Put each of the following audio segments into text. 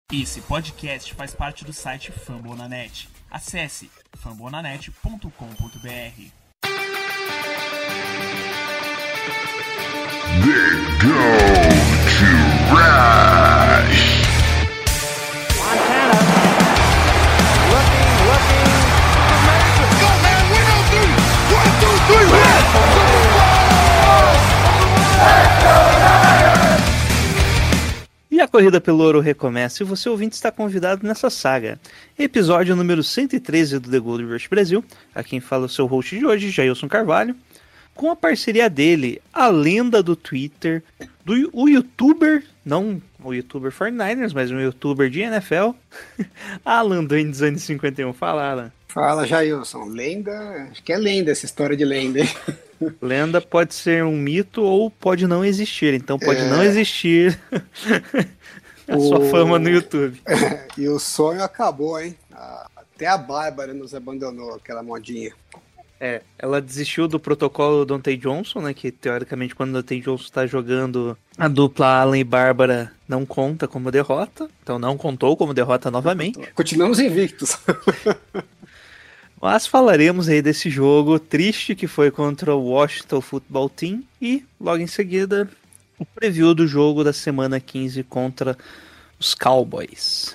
Esse podcast faz parte do site Fambonanet. Acesse fambonanet.com.br. They go to Rush. Montana, looking, amazing. Go, man, 1, 2, 3, E a corrida pelo ouro recomeça e você, ouvinte, está convidado nessa saga. Episódio número 113 do The Gold Rush Brasil. A quem fala é o seu host de hoje, Jailson Carvalho. Com a parceria dele, a lenda do Twitter, o youtuber, não o youtuber 49ers, mas um youtuber de NFL, Alan do Endzone 51. Fala, Alan. Fala, Jailson. Lenda, acho que é lenda essa história de lenda, hein? Lenda pode ser um mito ou pode não existir, então pode não existir a sua fama no YouTube. E o sonho acabou, hein? Até a Bárbara nos abandonou, aquela modinha. Ela desistiu do protocolo do Dante Johnson, né? Que teoricamente quando o Dante Johnson está jogando, a dupla Alan e Bárbara não conta como derrota, então não contou como derrota novamente. Continuamos invictos. Mas falaremos aí desse jogo triste que foi contra o Washington Football Team e, logo em seguida, o preview do jogo da semana 15 contra os Cowboys.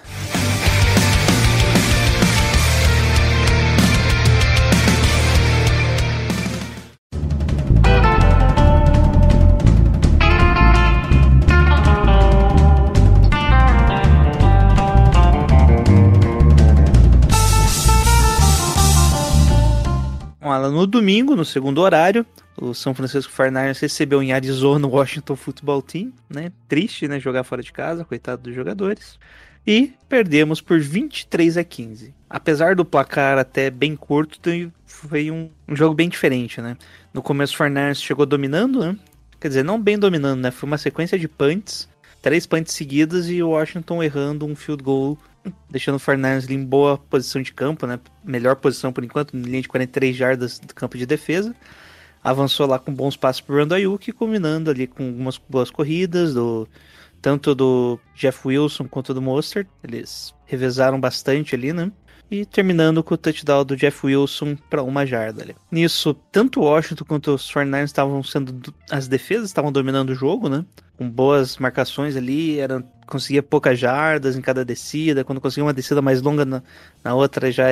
No domingo, no segundo horário, o São Francisco 49ers recebeu em Arizona o Washington Football Team, né? Triste, né? Jogar fora de casa, coitado dos jogadores. E perdemos por 23-15. Apesar do placar até bem curto, foi um jogo bem diferente, né? No começo o 49ers chegou dominando, né? Quer dizer, não bem dominando, né? Foi uma sequência de punts, 3 punts seguidas e o Washington errando um field goal, deixando o 49ers em boa posição de campo, né? Melhor posição por enquanto, linha de 43 jardas do campo de defesa. Avançou lá com bons passos pro Brandon Ayuk, culminando ali com algumas boas corridas, tanto do Jeff Wilson quanto do Mostert. Eles revezaram bastante ali, né? E terminando com o touchdown do Jeff Wilson para 1 jarda ali. Nisso, tanto o Washington quanto os 49ers estavam sendo... As defesas estavam dominando o jogo, né? Com boas marcações ali, conseguia poucas jardas em cada descida. Quando conseguia uma descida mais longa na outra, já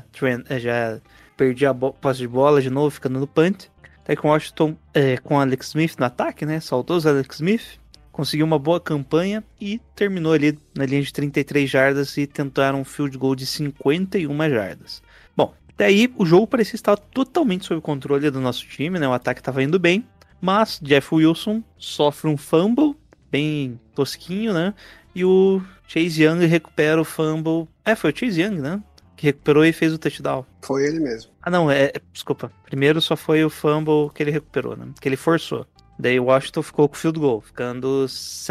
perdia a posse de bola de novo, ficando no punt. Até com o Washington, com o Alex Smith no ataque, né? Saudoso Alex Smith. Conseguiu uma boa campanha e terminou ali na linha de 33 jardas e tentaram um field goal de 51 jardas. Bom, daí o jogo parecia estar totalmente sob controle do nosso time, né? O ataque estava indo bem, mas Jeff Wilson sofre um fumble bem tosquinho, né? E o Chase Young recupera o fumble. Foi o Chase Young, né? Que recuperou e fez o touchdown. Foi ele mesmo. Não, desculpa. Primeiro só foi o fumble que ele recuperou, né? Que ele forçou. Daí o Washington ficou com o field goal, ficando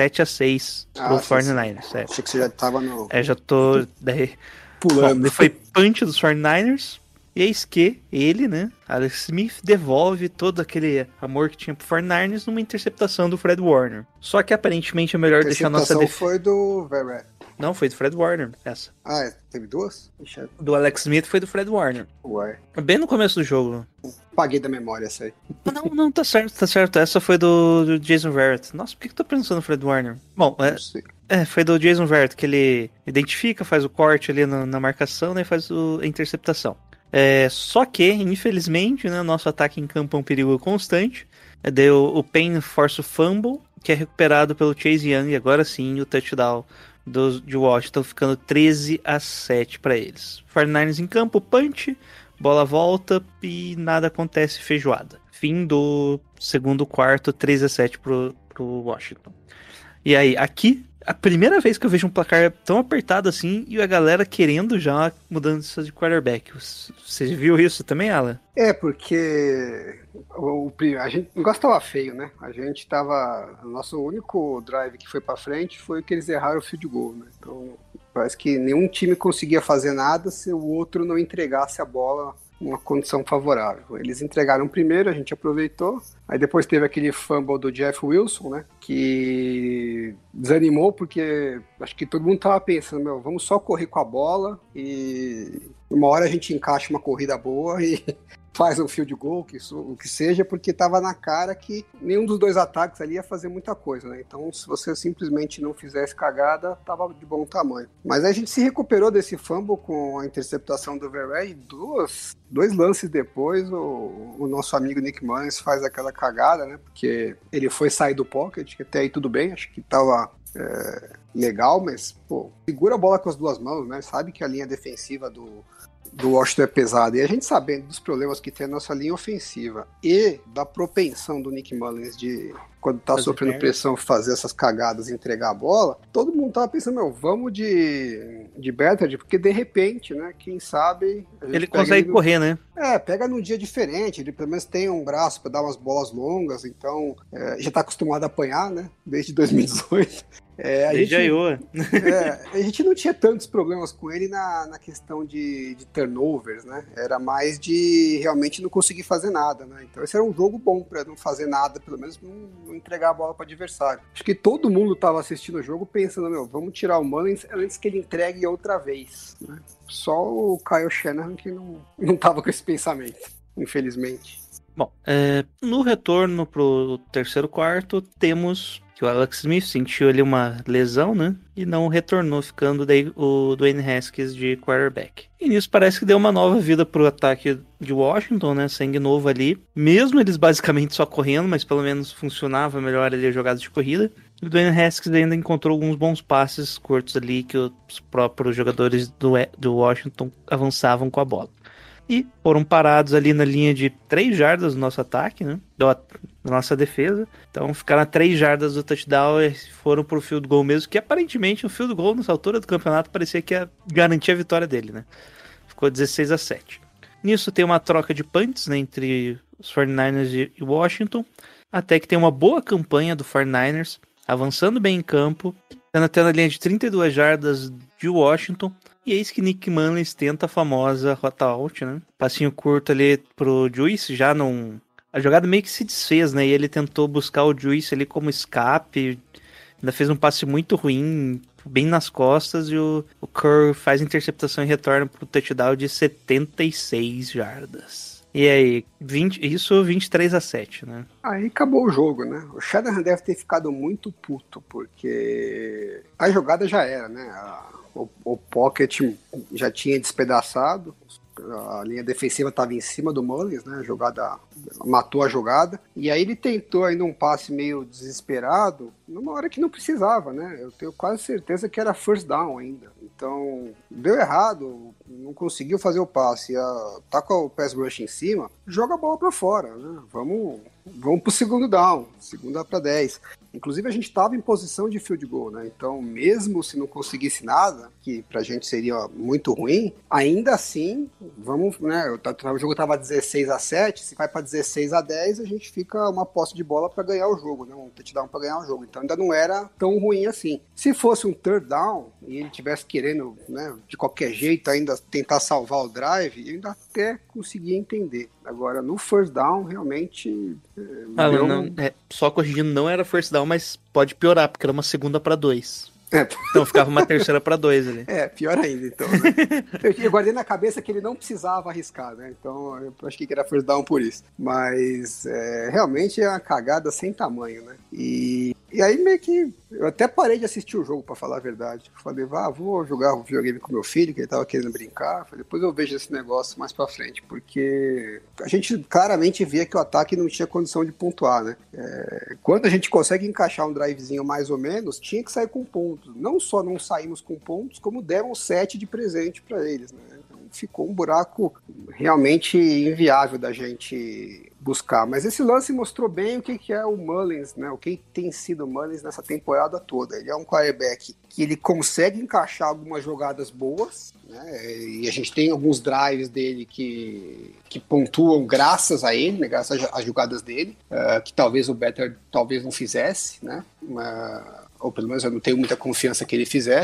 7-6 pro 49ers. Achei que você já tava no... Já tô... Daí... Pulando. Bom, foi punch dos 49ers, e eis que ele, né, Alex Smith, devolve todo aquele amor que tinha pro 49ers numa interceptação do Fred Warner. Só que aparentemente é melhor deixar a nossa defesa... foi do Verrett. Não, foi do Fred Warner, essa. Teve duas? Do Alex Smith foi do Fred Warner. Ué. Bem no começo do jogo. Paguei da memória essa aí. Não, tá certo. Essa foi do Jason Verrett. Nossa, por que eu tô pensando no Fred Warner? Bom, foi do Jason Verrett, que ele identifica, faz o corte ali na marcação, né, e faz a interceptação. Só que, infelizmente, né, nosso ataque em campo é um perigo constante. O Payne força o fumble, que é recuperado pelo Chase Young, e agora sim o touchdown de Washington, ficando 13-7 para eles. 49ers em campo, punch, bola volta e nada acontece, feijoada. Fim do segundo quarto, 13-7 pro Washington. E aí, aqui, a primeira vez que eu vejo um placar tão apertado assim e a galera querendo já mudança de quarterback. Você viu isso também, Alan? Porque a gente não gostava feio, né? A gente tava... O nosso único drive que foi pra frente foi que eles erraram o field goal, né? Então, parece que nenhum time conseguia fazer nada se o outro não entregasse a bola uma condição favorável. Eles entregaram primeiro, a gente aproveitou. Aí depois teve aquele fumble do Jeff Wilson, né? Que gente desanimou porque acho que todo mundo tava pensando, vamos só correr com a bola e uma hora a gente encaixa uma corrida boa e faz um field goal, o que seja, porque tava na cara que nenhum dos dois ataques ali ia fazer muita coisa, né? Então, se você simplesmente não fizesse cagada, tava de bom tamanho. Mas a gente se recuperou desse fumble com a interceptação do Verrey e dois lances depois, o nosso amigo Nick Mullins faz aquela cagada, né? Porque ele foi sair do pocket, que até aí tudo bem, acho que tava legal, mas, segura a bola com as duas mãos, né? Sabe que a linha defensiva do Washington é pesada. E a gente sabendo dos problemas que tem a nossa linha ofensiva e da propensão do Nick Mullins de, quando tá sofrendo pressão, fazer essas cagadas e entregar a bola, todo mundo tava pensando, vamos de Bertrand, porque de repente, né, quem sabe... Ele consegue correr, né? Pega num dia diferente, ele pelo menos tem um braço para dar umas bolas longas, então já tá acostumado a apanhar, né, desde 2018. A gente não tinha tantos problemas com ele na questão de turnovers, né? Era mais de realmente não conseguir fazer nada, né? Então esse era um jogo bom para não fazer nada, pelo menos não entregar a bola para o adversário. Acho que todo mundo estava assistindo o jogo pensando, vamos tirar o Mullins antes que ele entregue outra vez, né? Só o Kyle Shanahan que não estava com esse pensamento, infelizmente. Bom, no retorno pro terceiro quarto, temos que o Alex Smith sentiu ali uma lesão, né? E não retornou, ficando daí o Dwayne Haskins de quarterback. E nisso parece que deu uma nova vida pro ataque de Washington, né? Sangue novo ali. Mesmo eles basicamente só correndo, mas pelo menos funcionava melhor ali a jogada de corrida. O Dwayne Haskins ainda encontrou alguns bons passes curtos ali que os próprios jogadores do Washington avançavam com a bola. E foram parados ali na linha de 3 jardas do nosso ataque, né? Da nossa defesa. Então ficaram a 3 jardas do touchdown e foram pro field goal mesmo, que aparentemente o field goal nessa altura do campeonato parecia que ia garantir a vitória dele, né? Ficou 16-7. Nisso tem uma troca de punts, né, entre os 49ers e Washington, até que tem uma boa campanha do 49ers, avançando bem em campo, sendo até na linha de 32 jardas de Washington. E eis que Nick Mullins tenta a famosa rota out, né? Passinho curto ali pro Juice, já não... A jogada meio que se desfez, né? E ele tentou buscar o Juice ali como escape, ainda fez um passe muito ruim, bem nas costas, e o Kerr faz interceptação e retorna pro touchdown de 76 jardas. E aí, 23-7, né? Aí acabou o jogo, né? O Shanahan deve ter ficado muito puto, porque a jogada já era, né? O pocket já tinha despedaçado, a linha defensiva estava em cima do Mullins, né? A jogada matou a jogada, e aí ele tentou ainda um passe meio desesperado numa hora que não precisava, né? Eu tenho quase certeza que era first down ainda. Então, deu errado, não conseguiu fazer o passe, tá com o pass rush em cima, joga a bola para fora, né? Vamos pro segundo down, segunda para 10. Inclusive a gente estava em posição de field goal, né? Então, mesmo se não conseguisse nada, que pra gente seria muito ruim, ainda assim, vamos, né? O jogo tava 16-7, se vai para 16-10, a gente fica uma posse de bola para ganhar o jogo, né? Um touchdown para ganhar o jogo. Então ainda não era tão ruim assim. Se fosse um third down e ele tivesse querendo, né, de qualquer jeito ainda tentar salvar o drive, eu ainda até conseguia entender. Agora, no first down, realmente... só corrigindo, não era first down, mas pode piorar, porque era uma segunda para 2. Então ficava uma terceira para 2 ali. Pior ainda, então. Né? Eu guardei na cabeça que ele não precisava arriscar, né? Então eu achei que era first down por isso. Mas realmente é uma cagada sem tamanho, né? E aí meio que... Eu até parei de assistir o jogo, pra falar a verdade. Falei, vou jogar o videogame com meu filho, que ele tava querendo brincar. Falei, depois eu vejo esse negócio mais pra frente. Porque a gente claramente via que o ataque não tinha condição de pontuar, né? Quando a gente consegue encaixar um drivezinho mais ou menos, tinha que sair com pontos. Não só não saímos com pontos, como demos 7 de presente pra eles, né? Então ficou um buraco realmente inviável da gente buscar. Mas esse lance mostrou bem o que é o Mullins, né? O que tem sido o Mullins nessa temporada toda. Ele é um quarterback que ele consegue encaixar algumas jogadas boas, né? E a gente tem alguns drives dele que pontuam graças a ele, né? Graças às jogadas dele, que talvez o Better talvez não fizesse, né? Ou pelo menos eu não tenho muita confiança que ele fizesse.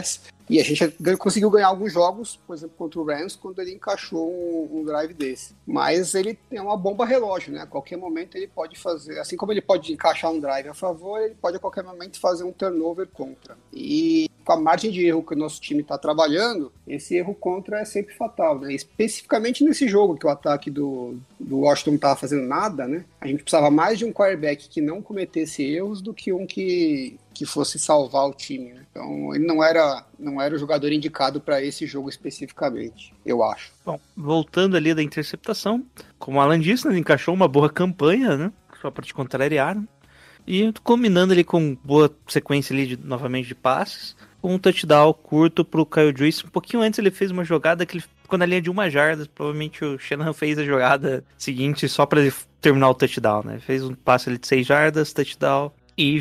E a gente conseguiu ganhar alguns jogos, por exemplo, contra o Rams, quando ele encaixou um drive desse. Mas ele é uma bomba relógio, né? A qualquer momento ele pode fazer, assim como ele pode encaixar um drive a favor, ele pode a qualquer momento fazer um turnover contra. E com a margem de erro que o nosso time está trabalhando, esse erro contra é sempre fatal, né? Especificamente nesse jogo, que o ataque do Washington não estava fazendo nada, né? A gente precisava mais de um quarterback que não cometesse erros do que um que fosse salvar o time, né? Então ele não era o jogador indicado para esse jogo especificamente, eu acho. Bom, voltando ali da interceptação, como o Alan disse, né, ele encaixou uma boa campanha, né? Só para te contrariar, né? E combinando ali com boa sequência ali novamente de passes, um touchdown curto pro Kyle Juice. Um pouquinho antes ele fez uma jogada que ele ficou na linha de 1 jarda. Provavelmente o Shanahan fez a jogada seguinte só para ele terminar o touchdown, né? Fez um passe ali de 6 jardas, touchdown. E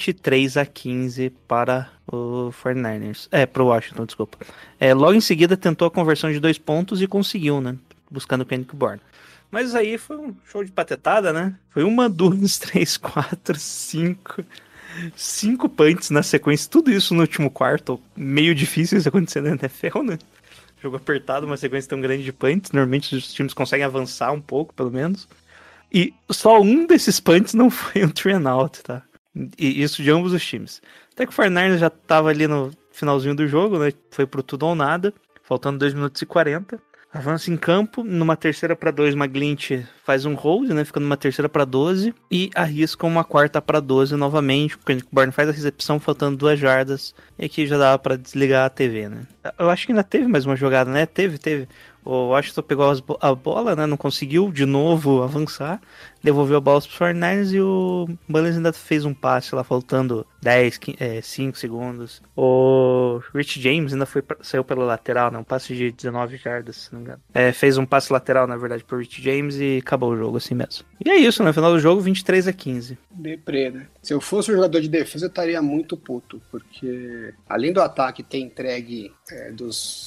23-15 para o 49ers. Pro Washington, desculpa. Logo em seguida tentou a conversão de 2 pontos e conseguiu, né? Buscando o Kendrick Bourne. Mas aí foi um show de patetada, né? Foi 1, 2, 3, 4, 5... 5 punts na sequência, tudo isso no último quarto. Meio difícil isso acontecer na NFL, né? Jogo apertado, uma sequência tão grande de punts. Normalmente os times conseguem avançar um pouco, pelo menos. E só um desses punts não foi um 3-and-out, tá? E isso de ambos os times. Até que o 49ers já tava ali no finalzinho do jogo, né? Foi pro tudo ou nada, faltando 2 minutos e 40. Avança em campo, numa 3ª para 2, McGlinchey faz um hold, né? Fica numa 3ª para 12 e arrisca uma 4ª para 12 novamente. O Kendrick Bourne faz a recepção, faltando 2 jardas. E aqui já dava para desligar a TV, né? Eu acho que ainda teve mais uma jogada, né? Teve. O Washington pegou a bola, né? Não conseguiu de novo avançar. Devolveu a bola para os 49ers e o Mullins ainda fez um passe lá, faltando 5 segundos. O Rich James ainda saiu pela lateral, né? Um passe de 19 jardas, se não me engano. Fez um passe lateral, na verdade, para o Rich James e acabou o jogo assim mesmo. E é isso, no final do jogo, 23-15. Deprê, né? Se eu fosse um jogador de defesa, eu estaria muito puto, porque além do ataque ter entregue dos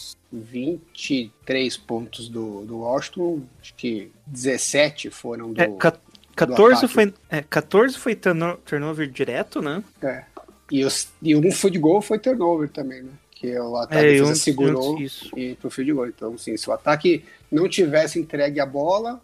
23 pontos do Washington, acho que 17 foram do 14 foi turnover direto, né? E um field goal foi turnover também, né? Que o ataque segurou e pro field goal. Então, assim, se o ataque não tivesse entregue a bola,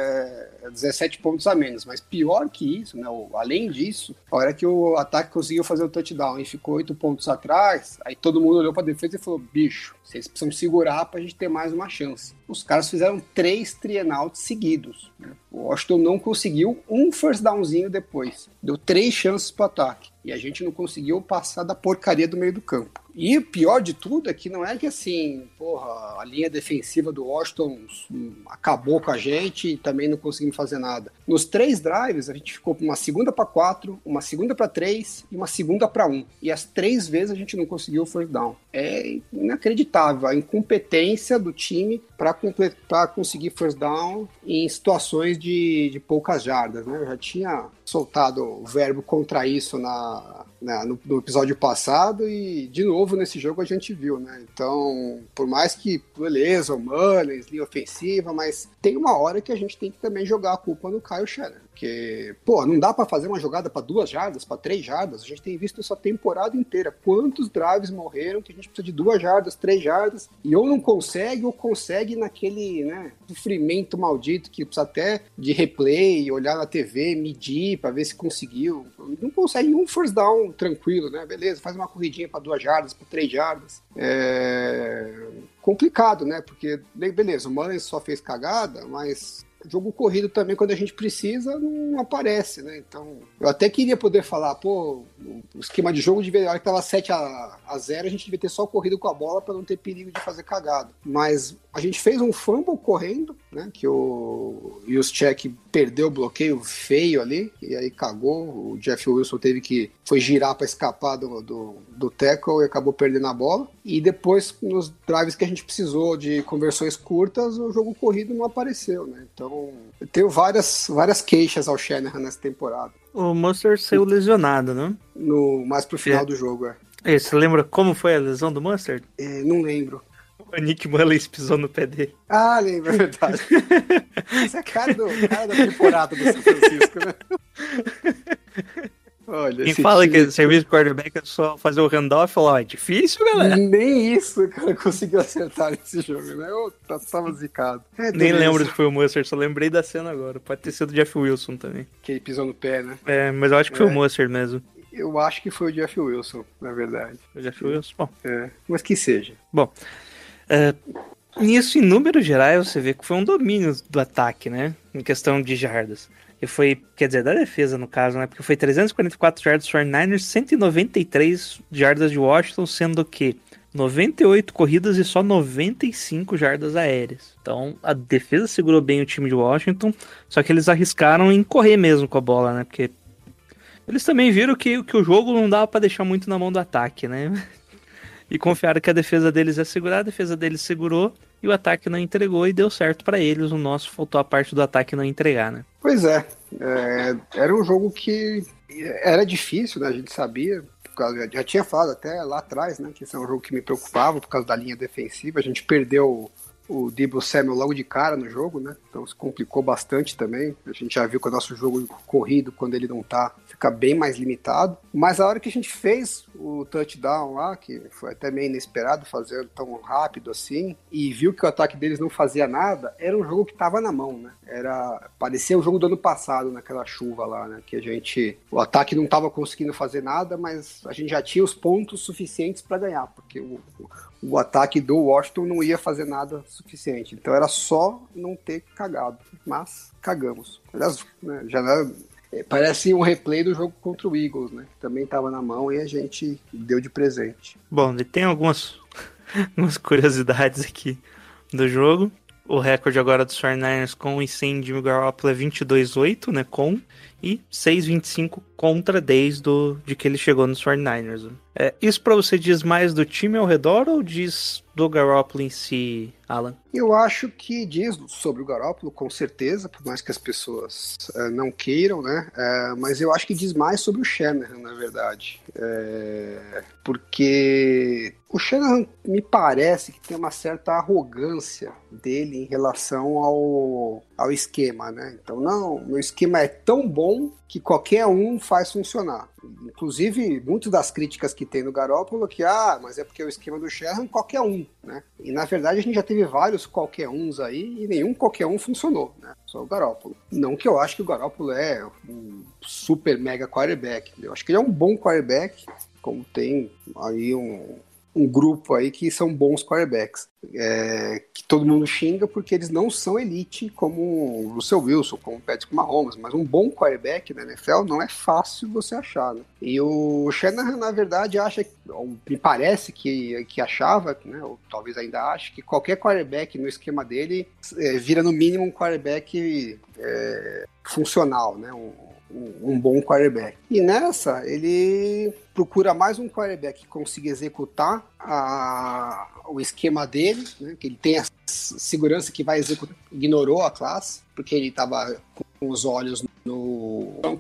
17 pontos a menos. Mas pior que isso, né? Além disso, a hora que o ataque conseguiu fazer o touchdown e ficou 8 pontos atrás, aí todo mundo olhou pra defesa e falou: bicho, vocês precisam segurar pra gente ter mais uma chance. Os caras fizeram 3 three-and-outs seguidos, né? O Washington não conseguiu um first downzinho depois. Deu 3 chances pro ataque. E a gente não conseguiu passar da porcaria do meio do campo. E o pior de tudo é que não é que assim, a linha defensiva do Washington acabou com a gente e também não conseguimos fazer nada. Nos 3 drives, a gente ficou com uma 2ª para 4, uma 2ª para 3 e uma 2ª para 1. E as 3 vezes a gente não conseguiu o first down. É inacreditável a incompetência do time para conseguir first down em situações de poucas jardas, né? Eu já tinha soltado o verbo contra isso no episódio passado e de novo nesse jogo a gente viu, né? Então, por mais que, beleza, o Mullins, linha ofensiva, mas tem uma hora que a gente tem que também jogar a culpa no Kyle Shanahan. Porque, não dá pra fazer uma jogada pra 2 jardas, pra 3 jardas. A gente tem visto isso a temporada inteira. Quantos drives morreram que a gente precisa de 2 jardas, 3 jardas, e ou não consegue, ou consegue naquele, né, sofrimento maldito que precisa até de replay, olhar na TV, medir pra ver se conseguiu. Não consegue um first down tranquilo, né? Beleza, faz uma corridinha pra 2 jardas, pra 3 jardas. Complicado, né? Porque, beleza, o Mullins só fez cagada, mas jogo corrido também, quando a gente precisa, não aparece, né? Então, eu até queria poder falar, o esquema de jogo, a hora que tava 7-0, a gente devia ter só corrido com a bola para não ter perigo de fazer cagada. Mas a gente fez um fumble correndo, né? Que o Juszczyk perdeu o bloqueio feio ali, e aí cagou. O Jeff Wilson foi girar para escapar do tackle e acabou perdendo a bola. E depois, nos drives que a gente precisou de conversões curtas, o jogo corrido não apareceu, né? Então, eu tenho várias queixas ao Shanahan nessa temporada. O Mustard saiu lesionado, né? Mais pro final do jogo, Você lembra como foi a lesão do Mustard? Não lembro. O Nick Mullins pisou no pé dele. Ah, lembro, é verdade. Esse é a cara da temporada do São Francisco, né? Olha, Quem esse fala time que serviço de quarterback é só fazer o handoff, fala, ó, é difícil, galera. nem isso o cara conseguiu acertar nesse jogo, né? Eu tava zicado. Nem beleza. lembro se foi o Mustard, só lembrei da cena agora. Pode ter sido o Jeff Wilson também. Que ele pisou no pé, né? É, mas eu acho que foi o Mustard mesmo. Eu acho que foi o Jeff Wilson, na verdade. O Jeff Wilson, bom. Mas que seja. Bom, nisso, em números gerais, você vê que foi um domínio do ataque, né? Em questão de jardas. E foi, quer dizer, da defesa no caso, né? Porque foi 344 jardas dos 49ers, 193 jardas de Washington, sendo que 98 corridas e só 95 jardas aéreas. Então, a defesa segurou bem o time de Washington, só que eles arriscaram em correr mesmo com a bola, né? Porque eles também viram que o jogo não dava pra deixar muito na mão do ataque, né? E confiaram que a defesa deles ia segurar, a defesa deles segurou e o ataque não entregou e deu certo pra eles. O nosso faltou a parte do ataque não entregar, né? Pois é. Era um jogo que era difícil, né? A gente sabia. Já tinha falado até lá atrás, né? Que esse é um jogo que me preocupava por causa da linha defensiva. A gente perdeu o Deebo Samuel logo de cara no jogo, né? Então se complicou bastante também. A gente já viu que o nosso jogo corrido, quando ele não tá, fica bem mais limitado. Mas a hora que a gente fez o touchdown lá, que foi até meio inesperado fazer tão rápido assim, e viu que o ataque deles não fazia nada, era um jogo que tava na mão, né? Parecia o jogo do ano passado, naquela chuva lá, né? Que o ataque não tava conseguindo fazer nada, mas a gente já tinha os pontos suficientes para ganhar, porque o ataque do Washington não ia fazer nada suficiente. Então era só não ter cagado. Mas cagamos. Aliás, né, parece um replay do jogo contra o Eagles, né? Que também estava na mão e a gente deu de presente. Bom, e tem algumas curiosidades aqui do jogo. O recorde agora dos 49ers com e sem Jimmy Garoppolo é 22-8, né? E 6-25 contra desde de que ele chegou nos 49ers. Isso pra você diz mais do time ao redor ou diz do Garoppolo em si, Alan? Eu acho que diz sobre o Garoppolo, com certeza, por mais que as pessoas não queiram, né? Mas eu acho que diz mais sobre o Shanahan, na verdade. Porque o Shanahan me parece que tem uma certa arrogância dele em relação ao esquema, né? Então, não, meu esquema é tão bom que qualquer um faz funcionar. Inclusive, muitas das críticas que tem no Garoppolo que, mas é porque o esquema do Shanahan qualquer um, né? E na verdade a gente já teve vários qualquer uns aí e nenhum qualquer um funcionou, né? Só o Garoppolo. Não que eu acho que o Garoppolo é um super mega quarterback. Eu acho que ele é um bom quarterback, como tem aí um grupo aí que são bons quarterbacks, que todo mundo xinga porque eles não são elite como o Russell Wilson, como o Patrick Mahomes, mas um bom quarterback na NFL não é fácil você achar, né? E o Shanahan, na verdade, me parece que achava, né, ou talvez ainda ache, que qualquer quarterback no esquema dele vira no mínimo um quarterback funcional, né? Um bom quarterback. E nessa, ele procura mais um quarterback que consiga executar o esquema dele, né? Que ele tem a segurança que vai executar. Ignorou a classe, porque ele estava com os olhos no... Então,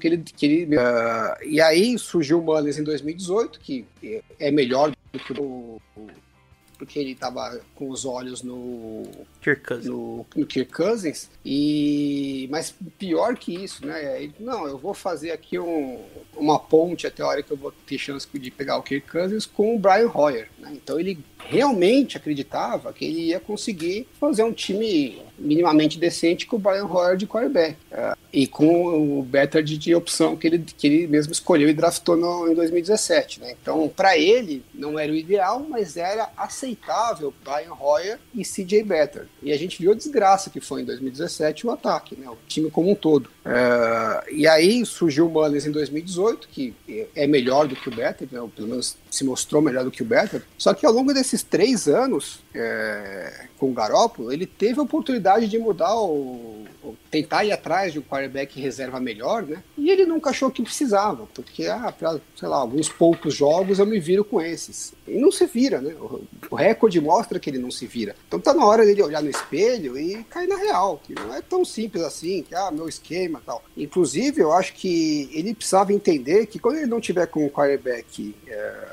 e aí surgiu o Mullins em 2018, que é melhor do que porque ele estava com os olhos no Kirk Cousins, mas pior que isso, né? Eu vou fazer aqui uma ponte até a hora que eu vou ter chance de pegar o Kirk Cousins com o Brian Hoyer, né? Então ele realmente acreditava que ele ia conseguir fazer um time minimamente decente com o Brian Hoyer de quarterback, e com o Beathard de opção que ele mesmo escolheu e draftou em 2017, né? Então, para ele, não era o ideal, mas era aceitável Brian Hoyer e CJ Beathard. E a gente viu a desgraça que foi em 2017 o ataque, né? O time como um todo. E aí surgiu o Mullins em 2018, que é melhor do que o Beathard, né? Ou pelo menos se mostrou melhor do que o Beathard. Só que ao longo desses 3 anos, com o Garoppolo, ele teve a oportunidade de mudar tentar ir atrás de um quarterback reserva melhor, né? E ele nunca achou que precisava, porque, para, sei lá, alguns poucos jogos eu me viro com esses. E não se vira, né? O recorde mostra que ele não se vira. Então tá na hora dele olhar no espelho e cair na real, que não é tão simples assim, que, meu esquema e tal. Inclusive, eu acho que ele precisava entender que quando ele não tiver com um quarterback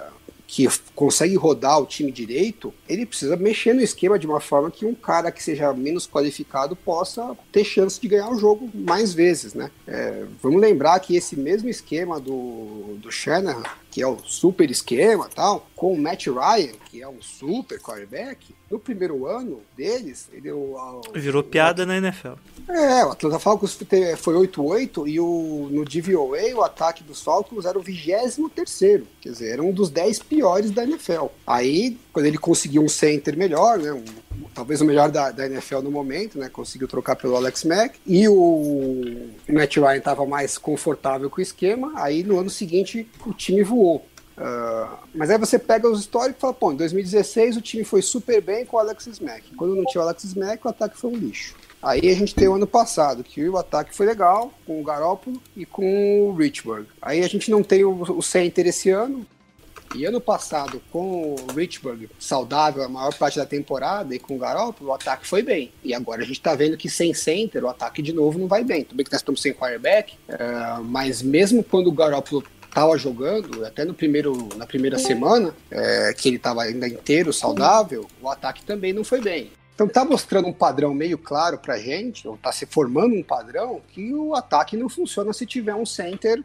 que consegue rodar o time direito, ele precisa mexer no esquema de uma forma que um cara que seja menos qualificado possa ter chance de ganhar o jogo mais vezes, né? Vamos lembrar que esse mesmo esquema do Shanahan, que é o super esquema e tal, com o Matt Ryan, que é um super quarterback, no primeiro ano deles, ele virou piada na NFL. O Atlanta Falcons foi 8-8 e no DVOA o ataque dos Falcons era o 23º, quer dizer, era um dos 10 piores da NFL. Aí, quando ele conseguiu um center melhor, né, talvez o melhor da NFL no momento, né, conseguiu trocar pelo Alex Mack, e o Matt Ryan estava mais confortável com o esquema, aí no ano seguinte o time voou. Mas aí você pega os históricos e fala, pô, em 2016 o time foi super bem com o Alex Mack. Quando não tinha o Alex Mack, o ataque foi um lixo. Aí a gente tem o ano passado, que o ataque foi legal, com o Garoppolo e com o Richburg. Aí a gente não tem o center esse ano. E ano passado, com o Richburg saudável a maior parte da temporada e com o Garoppolo, o ataque foi bem. E agora a gente tá vendo que sem center, o ataque de novo não vai bem. Tudo bem que nós estamos sem quarterback, mas mesmo quando o Garoppolo estava jogando, até na primeira semana, que ele estava ainda inteiro, saudável, o ataque também não foi bem. Então tá mostrando um padrão meio claro pra gente, ou tá se formando um padrão, que o ataque não funciona se tiver um center,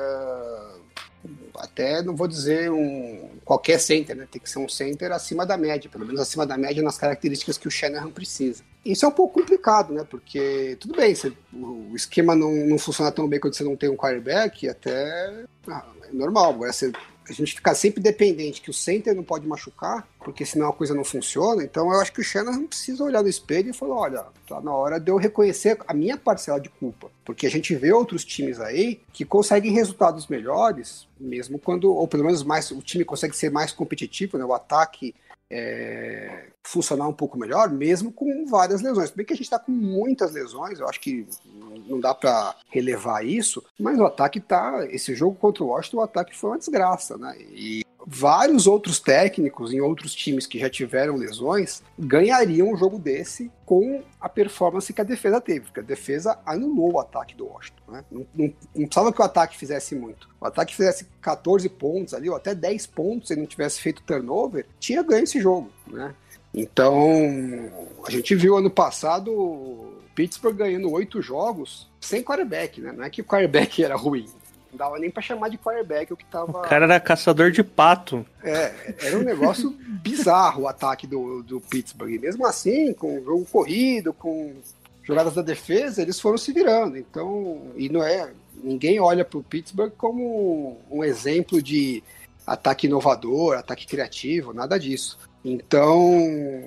até não vou dizer qualquer center, né? Tem que ser um center acima da média, pelo menos acima da média nas características que o Shanahan precisa. Isso é um pouco complicado, né? Porque, tudo bem, o esquema não funciona tão bem quando você não tem um quarterback, até é normal. Agora, a gente fica sempre dependente que o center não pode machucar, porque senão a coisa não funciona. Então eu acho que o Shanahan precisa olhar no espelho e falar, olha, tá na hora de eu reconhecer a minha parcela de culpa, porque a gente vê outros times aí que conseguem resultados melhores, mesmo quando, ou pelo menos o time consegue ser mais competitivo, né? O ataque funcionar um pouco melhor, mesmo com várias lesões. Bem que a gente está com muitas lesões, eu acho que não dá para relevar isso, mas o ataque esse jogo contra o Washington, o ataque foi uma desgraça, né? E vários outros técnicos em outros times que já tiveram lesões ganhariam um jogo desse com a performance que a defesa teve, porque a defesa anulou o ataque do Washington, né? Não precisava que o ataque fizesse muito. O ataque fizesse 14 pontos ali, ou até 10 pontos, se ele não tivesse feito turnover, tinha ganho esse jogo, né? Então, a gente viu ano passado o Pittsburgh ganhando 8 jogos sem quarterback, né? Não é que o quarterback era ruim. Não dava nem pra chamar de quarterback o que tava... O cara era caçador de pato. Era um negócio bizarro o ataque do Pittsburgh. E mesmo assim, com o jogo corrido, com jogadas da defesa, eles foram se virando. Então, ninguém olha pro Pittsburgh como um exemplo de ataque inovador, ataque criativo, nada disso. Então,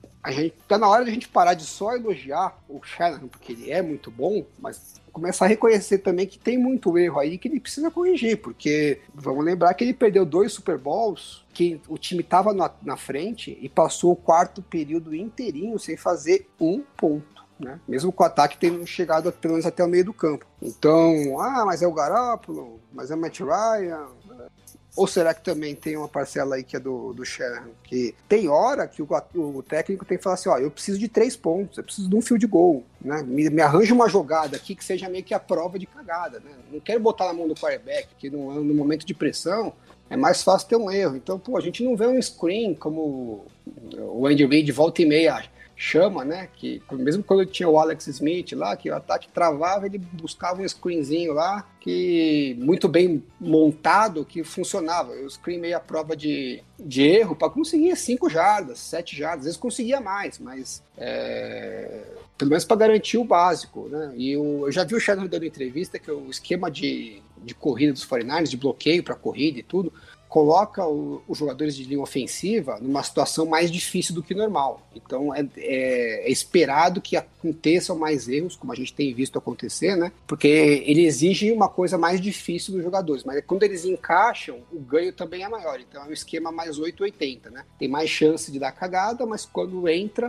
tá na hora de a gente parar de só elogiar o Shanahan, porque ele é muito bom, mas começar a reconhecer também que tem muito erro aí que ele precisa corrigir, porque vamos lembrar que ele perdeu 2 Super Bowls, que o time estava na frente e passou o quarto período inteirinho sem fazer um ponto, né? Mesmo com o ataque tendo chegado pelo menos até o meio do campo. Então, mas é o Garoppolo, mas é o Matt Ryan... Ou será que também tem uma parcela aí que é do Shanahan? Que tem hora que o técnico tem que falar assim, eu preciso de 3 pontos, eu preciso de um field goal, né? Me arranja uma jogada aqui que seja meio que a prova de cagada, né? Não quero botar na mão do quarterback, que no momento de pressão é mais fácil ter um erro. Então, a gente não vê um screen como o Andy Reid volta e meia chama, né? Que mesmo quando tinha o Alex Smith lá, que o ataque travava, ele buscava um screenzinho lá, que muito bem montado, que funcionava. O screen meio a prova de erro para conseguir 5 jardas, 7 jardas, às vezes conseguia mais, mas pelo menos para garantir o básico, né? E eu já vi o Shanahan dando entrevista que o esquema de corrida dos 49ers, de bloqueio para corrida e tudo, coloca os jogadores de linha ofensiva numa situação mais difícil do que normal. Então é esperado que aconteçam mais erros, como a gente tem visto acontecer, né? Porque ele exige uma coisa mais difícil dos jogadores, mas quando eles encaixam, o ganho também é maior. Então é um esquema mais 8-80, né? Tem mais chance de dar cagada, mas quando entra,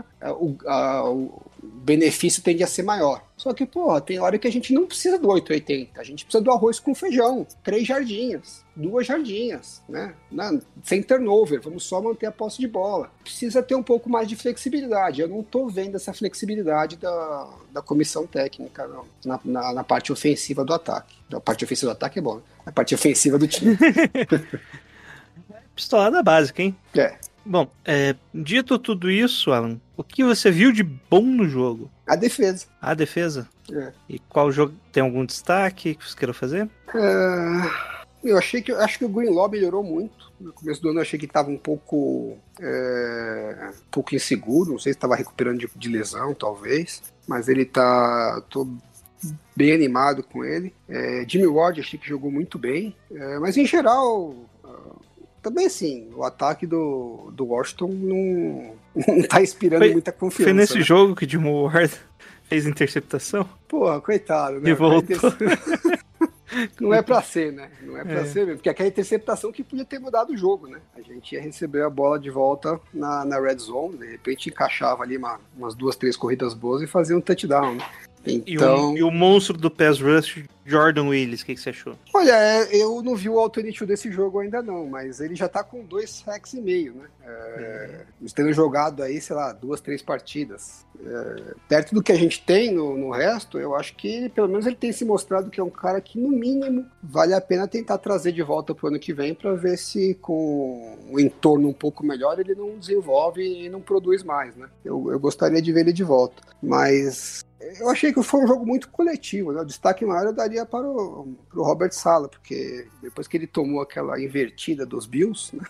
o benefício tende a ser maior. Só que, tem hora que a gente não precisa do 880, a gente precisa do arroz com feijão, 3 jardinhas, 2 jardinhas, né? Sem turnover, vamos só manter a posse de bola. Precisa ter um pouco mais de flexibilidade. Eu não estou vendo essa flexibilidade da comissão técnica na parte ofensiva do ataque. A parte ofensiva do ataque é bom, né? A parte ofensiva do time. Pistolada básica, hein? É. Bom, dito tudo isso, Alan, o que você viu de bom no jogo? A defesa. A defesa? É. E qual jogo tem algum destaque que você queira fazer? Acho que o Greenlaw melhorou muito. No começo do ano eu achei que estava um pouco inseguro, não sei se estava recuperando de lesão, talvez, mas ele tô bem animado com ele. Jimmy Ward achei que jogou muito bem, mas em geral também assim, o ataque do Washington não tá inspirando muita confiança. Foi nesse né? jogo que o Jimmy Ward fez interceptação? Porra, coitado, né? E voltou. Não é pra ser, né? Não é pra ser mesmo. Porque aquela interceptação que podia ter mudado o jogo, né? A gente ia receber a bola de volta na red zone, de repente encaixava ali umas 2, 3 corridas boas e fazia um touchdown, né? Então... E o monstro do pass rush, Jordan Willis, o que você achou? Olha, eu não vi o alternate desse jogo ainda não, mas ele já tá com 2 sacks e meio, né? Tendo jogado aí, sei lá, 2, 3 partidas. Perto do que a gente tem no resto, eu acho que pelo menos ele tem se mostrado que é um cara que, no mínimo, vale a pena tentar trazer de volta pro ano que vem para ver se com um entorno um pouco melhor ele não desenvolve e não produz mais, né? Eu gostaria de ver ele de volta, mas... Eu achei que foi um jogo muito coletivo, né? O destaque maior eu daria para o Robert Saleh, porque depois que ele tomou aquela invertida dos Bills, né?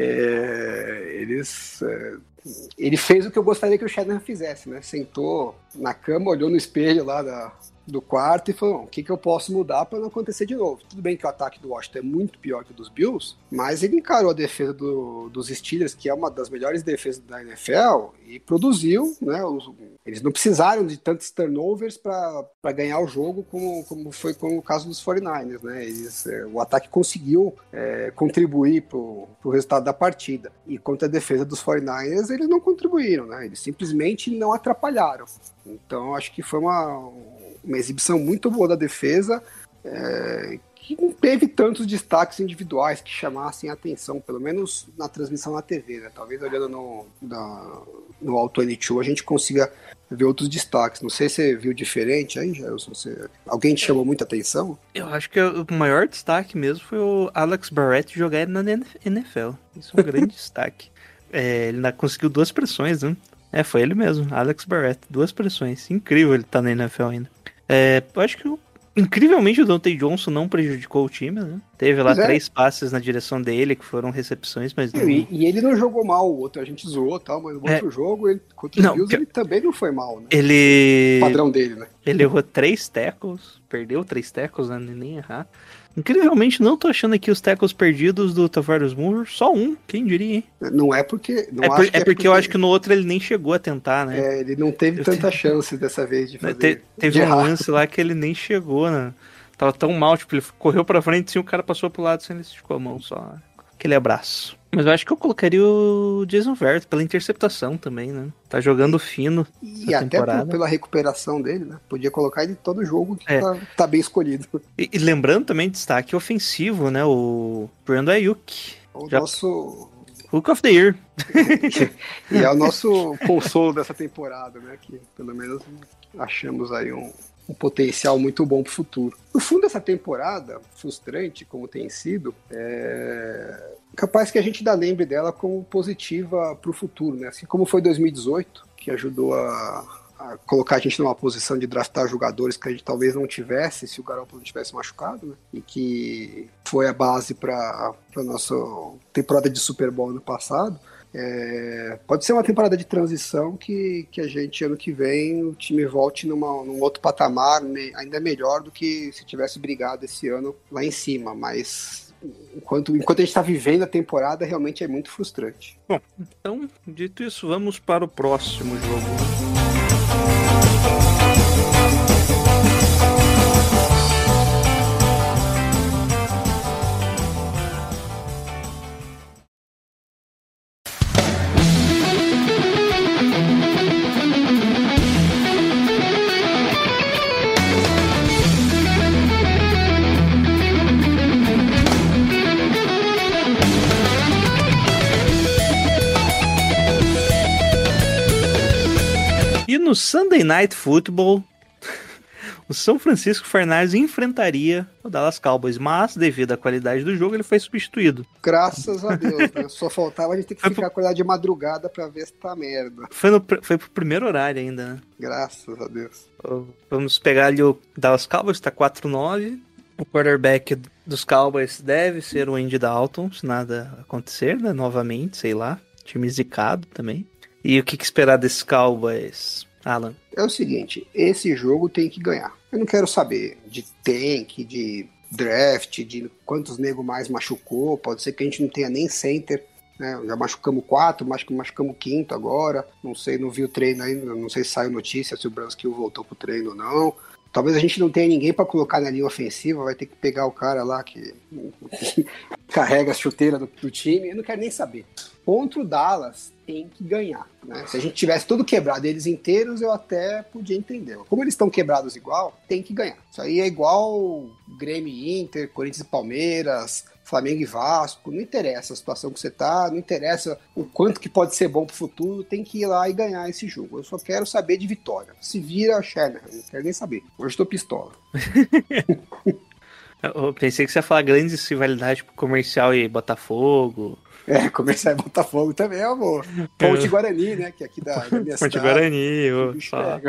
Ele fez o que eu gostaria que o Shanahan fizesse, né? Sentou na cama, olhou no espelho lá do quarto e falou, o que eu posso mudar para não acontecer de novo? Tudo bem que o ataque do Washington é muito pior que o dos Bills, mas ele encarou a defesa dos Steelers, que é uma das melhores defesas da NFL, e produziu, né? Eles não precisaram de tantos turnovers para ganhar o jogo como foi com o caso dos 49ers, né? O ataque conseguiu contribuir para o resultado da partida, e contra a defesa dos 49ers eles não contribuíram, né? Eles simplesmente não atrapalharam. Então acho que foi uma exibição muito boa da defesa, que não teve tantos destaques individuais que chamassem a atenção, pelo menos na transmissão na TV, né? Talvez olhando no Auto N2 a gente consiga ver outros destaques. Não sei se você viu diferente aí, Jailson. Alguém te chamou muita atenção? Eu acho que o maior destaque mesmo foi o Alex Barrett jogar na NFL. Isso é um grande destaque. Ele ainda conseguiu 2 pressões, né? Foi ele mesmo, Alex Barrett, 2 pressões. Incrível ele tá na NFL ainda. Eu acho que incrivelmente o Dante Johnson não prejudicou o time, né? Teve lá 3 passes na direção dele, que foram recepções, mas não... E ele não jogou mal, o outro a gente zoou, tal, mas no outro jogo, contra os Bills, ele também não foi mal, né? O padrão dele, né? Ele errou 3 tackles, perdeu 3 tackles, né? Nem errar. Incrivelmente, não tô achando aqui os tackles perdidos do Tavares Moore, só um, quem diria, hein? Não é porque... porque eu acho que no outro ele nem chegou a tentar, né? Ele não teve tanta chance dessa vez de fazer... Teve um lance lá que ele nem chegou, né? Tava tão mal, tipo, ele correu pra frente e o cara passou pro lado sem ele esticou a mão só. Aquele abraço. Mas eu acho que eu colocaria o Jason Verrett pela interceptação também, né? Tá jogando fino. E até pela recuperação dele, né? Podia colocar ele em todo jogo que tá bem escolhido. E lembrando também, destaque ofensivo, né? O Brandon Ayuk. Nosso... Hook of the Year. E é o nosso consolo dessa temporada, né? Que pelo menos achamos aí um potencial muito bom pro futuro. No fundo dessa temporada, frustrante como tem sido, capaz que a gente ainda lembre dela como positiva pro futuro, né? Assim como foi 2018, que ajudou a colocar a gente numa posição de draftar jogadores que a gente talvez não tivesse se o Garoppolo não tivesse machucado, né? E que foi a base para a nossa temporada de Super Bowl no passado. Pode ser uma temporada de transição que a gente, ano que vem, o time volte num outro patamar, ainda melhor do que se tivesse brigado esse ano lá em cima, mas enquanto a gente está vivendo a temporada, realmente é muito frustrante. Bom, então, dito isso, vamos para o próximo jogo. No Sunday Night Football, o São Francisco 49ers enfrentaria o Dallas Cowboys, mas devido à qualidade do jogo ele foi substituído. Graças a Deus, né? Só faltava a gente ter que ficar acordado de madrugada pra ver se tá merda. Foi pro primeiro horário ainda, né? Graças a Deus. Vamos pegar ali o Dallas Cowboys, tá 4-9. O quarterback dos Cowboys deve ser o Andy Dalton, se nada acontecer, né? Novamente, sei lá. Time zicado também. E o que esperar desses Cowboys, Alan? É o seguinte, esse jogo tem que ganhar. Eu não quero saber de tank, de draft, de quantos nego mais machucou. Pode ser que a gente não tenha nem center, né? Já machucamos 4, machucamos 5 agora. Não sei, não vi o treino ainda. Não sei se saiu notícia se o Brunskill voltou pro treino ou não. Talvez a gente não tenha ninguém para colocar na linha ofensiva, vai ter que pegar o cara lá que carrega a chuteira do time. Eu não quero nem saber. Contra o Dallas, tem que ganhar, né? Se a gente tivesse tudo quebrado, eles inteiros, eu até podia entender. Como eles estão quebrados igual, tem que ganhar. Isso aí é igual Grêmio e Inter, Corinthians e Palmeiras, Flamengo e Vasco. Não interessa a situação que você tá, não interessa o quanto que pode ser bom pro futuro, tem que ir lá e ganhar esse jogo. Eu só quero saber de vitória. Se vira, Shanahan, não quero nem saber. Hoje tô pistola. Eu pensei que você ia falar grandes rivalidades tipo Comercial e Botafogo. Comercial e Botafogo também, amor. Ponte Guarani, né? Que é aqui da minha cidade. Ponte Guarani, só.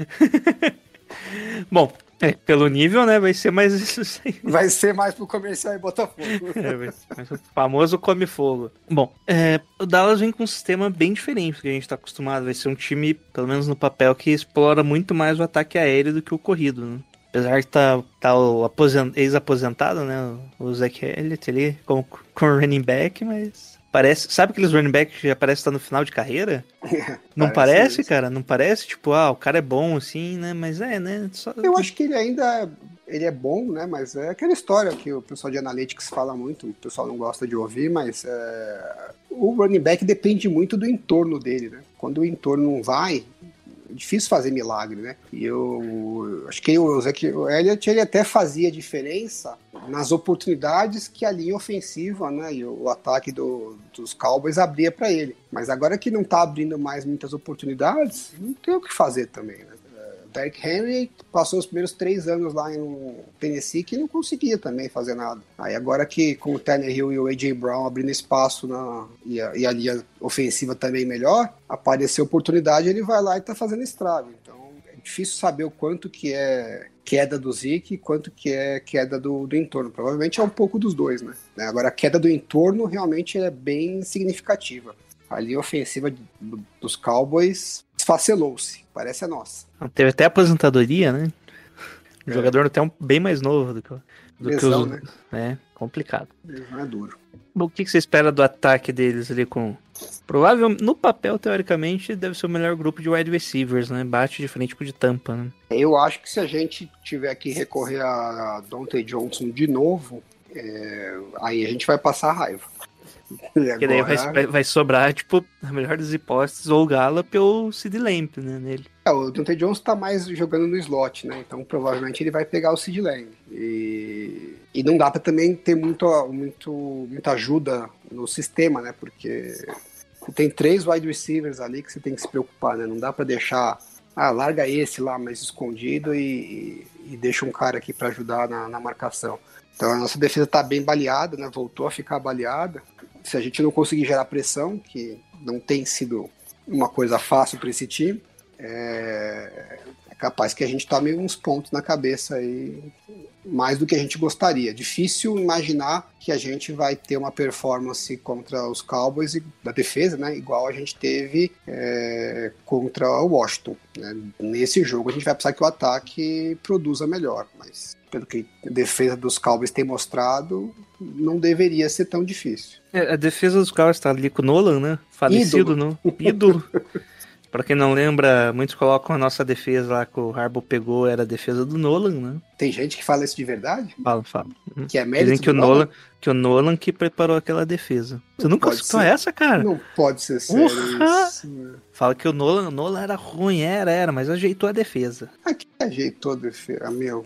Bom, pelo nível, né? Vai ser mais isso aí. Vai ser mais pro Comercial e Botafogo. Vai ser o famoso come fogo. Bom, o Dallas vem com um sistema bem diferente do que a gente tá acostumado. Vai ser um time, pelo menos no papel, que explora muito mais o ataque aéreo do que o corrido, né? Apesar de tá o ex-aposentado, né? O Zach Elliott ali com o running back, mas parece... Sabe aqueles running back que já parece estar no final de carreira? Não parece, cara? Não parece? Tipo, o cara é bom assim, né? Mas né? Eu acho que ele ainda... Ele é bom, né? Mas é aquela história que o pessoal de Analytics fala muito, o pessoal não gosta de ouvir, mas o running back depende muito do entorno dele, né? Quando o entorno não vai... É difícil fazer milagre, né? E eu acho que o Elliott ele até fazia diferença nas oportunidades que a linha ofensiva, né, e o ataque dos Cowboys abria para ele. Mas agora que não tá abrindo mais muitas oportunidades, não tem o que fazer também, né? Derrick Henry passou os primeiros 3 anos lá em Tennessee que não conseguia também fazer nada. Aí agora que com o Tannehill e o A.J. Brown abrindo espaço e a linha ofensiva também melhor, apareceu oportunidade, ele vai lá e tá fazendo estrago. Então é difícil saber o quanto que é queda do Zeke e quanto que é queda do entorno. Provavelmente é um pouco dos dois, né? Agora a queda do entorno realmente é bem significativa. A linha ofensiva dos Cowboys esfacelou-se, parece a nossa. Teve até aposentadoria, né? O jogador até bem mais novo do que Lesão, os... né? É complicado. Lesão é duro. Bom, o que você espera do ataque deles ali com... Provavelmente, no papel, teoricamente, deve ser o melhor grupo de wide receivers, né? Bate de frente com o de Tampa, né? Eu acho que se a gente tiver que recorrer a Dante Johnson de novo, aí a gente vai passar raiva. Porque daí vai sobrar, tipo, na melhor das hipóteses, ou o Gallup ou o Sid Lamb, né, nele. O Dante Johnson tá mais jogando no slot, né? Então provavelmente ele vai pegar o Sid Lamb. E não dá pra também ter muita ajuda no sistema, né? Porque tem 3 wide receivers ali que você tem que se preocupar, né? Não dá pra deixar, larga esse lá mais escondido e deixa um cara aqui pra ajudar na marcação. Então a nossa defesa tá bem baleada, né? Voltou a ficar baleada. Se a gente não conseguir gerar pressão, que não tem sido uma coisa fácil para esse time, é capaz que a gente tome uns pontos na cabeça aí, mais do que a gente gostaria. Difícil imaginar que a gente vai ter uma performance contra os Cowboys da defesa, né, igual a gente teve contra o Washington, né? Nesse jogo a gente vai precisar que o ataque produza melhor, mas pelo que a defesa dos Cowboys tem mostrado, não deveria ser tão difícil. A defesa dos Cowboys tá ali com o Nolan, né? Falecido, não? Ídolo. Pra quem não lembra, muitos colocam a nossa defesa lá que o Harbaugh pegou, era a defesa do Nolan, né? Tem gente que fala isso de verdade? Fala. Que é mérito Dizem que o Nolan que preparou aquela defesa. Você nunca escutou essa, cara? Não pode ser sério isso. Fala que o Nolan era ruim, mas ajeitou a defesa. Que ajeitou a defesa, meu.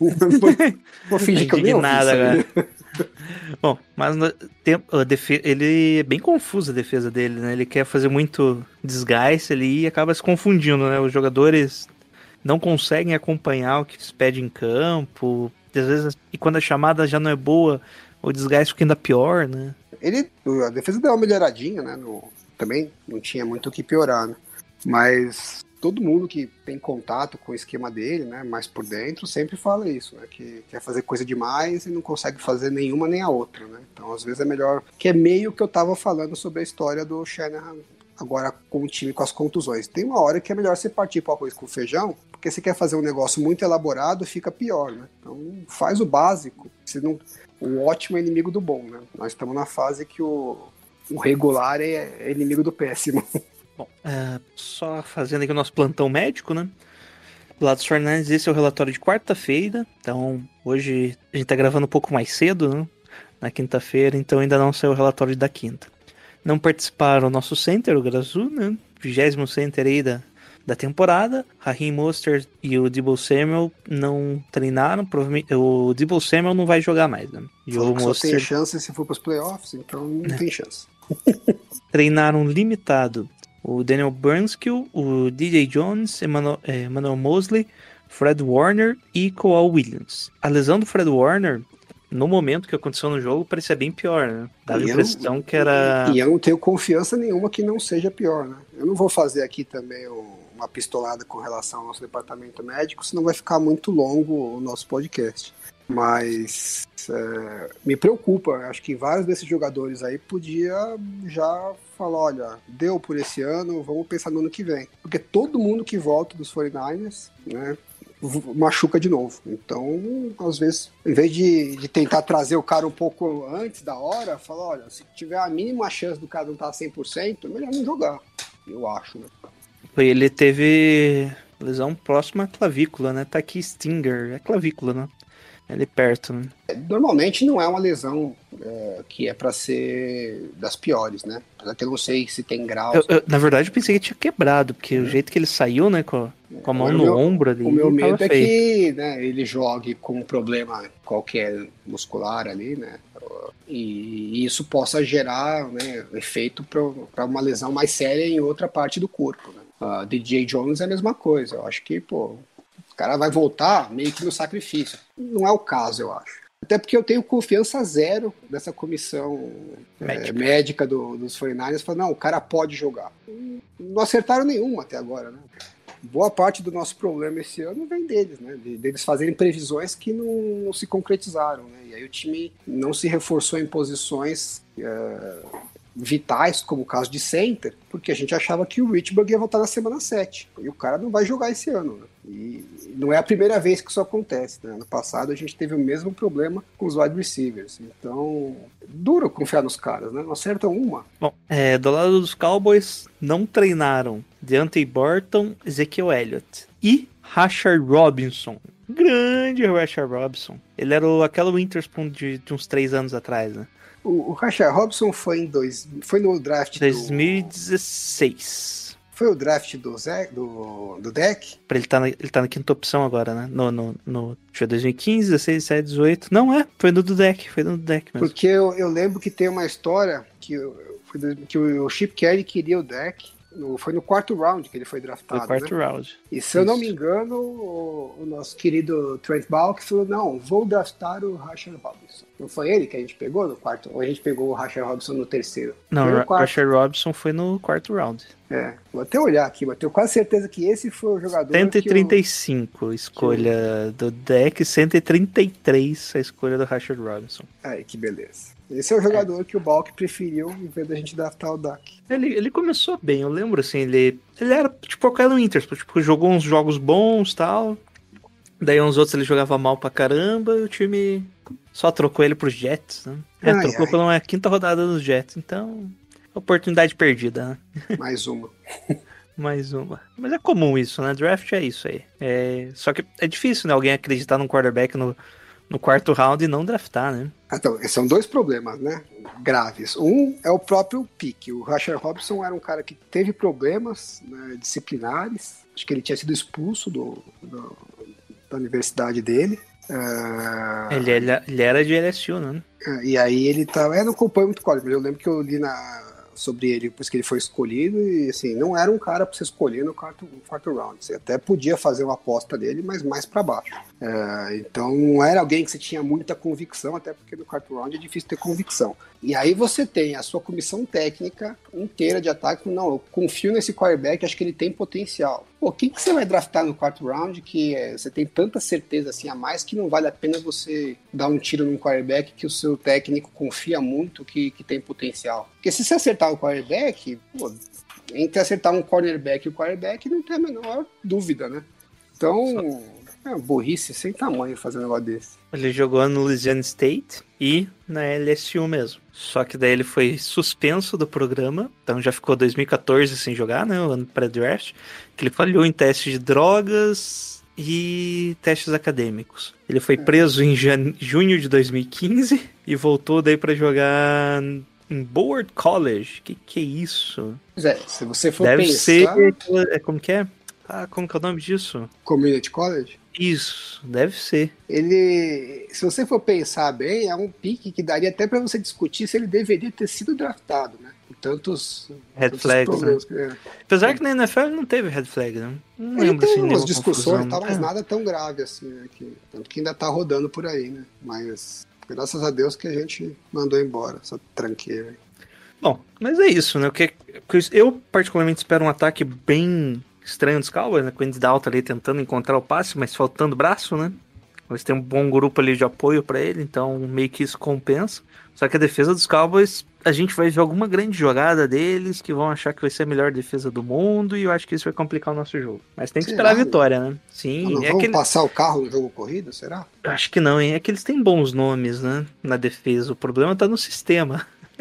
Vou fingir que eu nem ouvi nada isso agora. Bom, mas ele é bem confuso a defesa dele, né? Ele quer fazer muito desgaste ali e acaba se confundindo, né? Os jogadores não conseguem acompanhar o que se pede em campo. Às vezes, e quando a chamada já não é boa, o desgaste fica ainda pior, né? A defesa deu uma melhoradinha, né? Também não tinha muito o que piorar, né? Mas todo mundo que tem contato com o esquema dele, né, mais por dentro, sempre fala isso, né? Que quer fazer coisa demais e não consegue fazer nenhuma nem a outra, né? Então, às vezes é melhor... Que é meio que eu tava falando sobre a história do Shanahan agora com o time com as contusões. Tem uma hora que é melhor você partir para arroz com feijão, porque você quer fazer um negócio muito elaborado, fica pior, né? Então faz o básico. O ótimo é inimigo do bom, né? Nós estamos na fase que o regular é inimigo do péssimo. Bom, só fazendo aqui o nosso plantão médico, né? Do lado dos Fernandes, esse é o relatório de quarta-feira. Então, hoje a gente tá gravando um pouco mais cedo, né? Na quinta-feira, então ainda não saiu o relatório da quinta. Não participaram o nosso center, o Grazu, né? 20º center aí da temporada. Raheem Mostert e o Deebo Samuel não treinaram. Provavelmente o Deebo Samuel não vai jogar mais, né? E o Mostert só tem chance se for para os playoffs, então não tem chance. Treinaram limitado o Daniel Brunskill, o DJ Jones, Emmanuel Mosley, Fred Warner e Kawhi Williams. A lesão do Fred Warner, no momento que aconteceu no jogo, parecia bem pior, né? Dava a impressão que era... E eu não tenho confiança nenhuma que não seja pior, né? Eu não vou fazer aqui também uma pistolada com relação ao nosso departamento médico, senão vai ficar muito longo o nosso podcast. Mas me preocupa, acho que vários desses jogadores aí podia já falar, olha, deu por esse ano, vamos pensar no ano que vem. Porque todo mundo que volta dos 49ers, né, machuca de novo. Então, às vezes, em vez de tentar trazer o cara um pouco antes da hora, fala, olha, se tiver a mínima chance do cara não estar 100%, é melhor não jogar, eu acho, né? Ele teve lesão próxima à clavícula, né? Tá aqui Stinger, é clavícula, né? Ali perto, né? Normalmente não é uma lesão que é pra ser das piores, né? Apesar que eu não sei se tem graus. Na verdade, eu pensei que tinha quebrado, porque o jeito que ele saiu, né, com a mão no ombro ali. O meu medo é feio. que, né, ele jogue com um problema qualquer muscular ali, né? E isso possa gerar, né, efeito para uma lesão mais séria em outra parte do corpo, né? DJ Jones é a mesma coisa. Eu acho que, o cara vai voltar meio que no sacrifício. Não é o caso, eu acho. Até porque eu tenho confiança zero dessa comissão médica dos 49ers. Falando, não, o cara pode jogar. Não acertaram nenhuma até agora, né? Boa parte do nosso problema esse ano vem deles, né? Deles fazerem previsões que não se concretizaram, né? E aí o time não se reforçou em posições vitais, como o caso de center, porque a gente achava que o Richburg ia voltar na semana 7. E o cara não vai jogar esse ano, né? E não é a primeira vez que isso acontece, né? Ano passado a gente teve o mesmo problema com os wide receivers. Então, duro confiar nos caras, né? Não acertam uma. Bom, do lado dos Cowboys, não treinaram Deontay Burton, Ezekiel Elliott e Rashard Robinson. Grande Rashard Robinson. Ele era aquela Witherspoon de uns 3 anos atrás, né? O Rashard Robinson foi no draft 2016. Foi o draft do deck? Ele tá na quinta opção agora, né? Deixa eu ver, 2015, 16, 17, 18. Não, foi no do deck mesmo. Porque eu lembro que tem uma história que o Chip Kelly queria o deck. Foi no 4º round que ele foi draftado. Foi no 4º round. E se eu não me engano, o nosso querido Trent Baalke falou, não, vou draftar o Rashard Robinson. Não foi ele que a gente pegou no 4º? Ou a gente pegou o Rashard Robinson no 3º? Não, o Rashard Robinson foi no 4º round. Vou até olhar aqui, mas tenho quase certeza que esse foi o jogador 135 escolha do deck, 133 a escolha do Rashard Robinson. Ai, que beleza. Esse é o jogador que o Baalke preferiu em vez da gente draftar o Dak. Ele começou bem, eu lembro assim, ele era tipo o Kyle Winters, tipo, jogou uns jogos bons e tal, daí uns outros ele jogava mal pra caramba e o time só trocou ele pros Jets, né? Trocou pela 5ª rodada dos Jets, então oportunidade perdida, né? Mais uma. Mais uma. Mas é comum isso, né? Draft é isso aí. Só que é difícil, né? Alguém acreditar num quarterback no 4º round e não draftar, né? Então, são 2 problemas, né? Graves. Um é o próprio pique. O Rashard Robinson era um cara que teve problemas, né, disciplinares. Acho que ele tinha sido expulso da universidade dele. Ele era de LSU, né? E aí ele tava... Eu não acompanho muito college, mas eu lembro que eu li sobre ele depois que ele foi escolhido, e assim, não era um cara para você escolher no quarto round. Você até podia fazer uma aposta dele, mas mais para baixo. Então não era alguém que você tinha muita convicção, até porque no quarto round é difícil ter convicção. E aí você tem a sua comissão técnica inteira de ataque, não, eu confio nesse quarterback, acho que ele tem potencial. Pô, quem que você vai draftar no quarto round que você tem tanta certeza assim a mais que não vale a pena você dar um tiro num quarterback que o seu técnico confia muito que tem potencial? Porque se você acertar o quarterback, pô, entre acertar um cornerback e o quarterback não tem a menor dúvida, né? Então, burrice sem tamanho fazer um negócio desse. Ele jogou no Louisiana State e na LSU mesmo. Só que daí ele foi suspenso do programa, então já ficou 2014 sem jogar, né, o ano pré-draft, que ele falhou em testes de drogas e testes acadêmicos. Ele foi preso em junho de 2015 e voltou daí pra jogar em Board College. Que é isso? Pois é, se você for Deve pensar... ser... Como que é? Como que é o nome disso? Community College? Isso, deve ser. Ele, se você for pensar bem, é um pique que daria até pra você discutir se ele deveria ter sido draftado, né? Com tantos flags, né? Apesar que na NFL não teve red flag, né? Não ele lembro tem assim, umas discussões e confusão. tal, mas nada tão grave assim, né? Tanto que ainda tá rodando por aí, né? Mas graças a Deus que a gente mandou embora essa tranqueira aí. Bom, mas é isso, né? Eu particularmente espero um ataque bem estranho dos Cowboys, né? Com o Andy Dalton ali tentando encontrar o passe, mas faltando braço, né? Eles têm um bom grupo ali de apoio pra ele, então meio que isso compensa. Só que a defesa dos Cowboys, a gente vai ver alguma grande jogada deles que vão achar que vai ser a melhor defesa do mundo e eu acho que isso vai complicar o nosso jogo. Mas tem que esperar a vitória, né? Sim. Não vão passar o carro no jogo corrido, será? Eu acho que não, hein? É que eles têm bons nomes, né? Na defesa. O problema tá no sistema.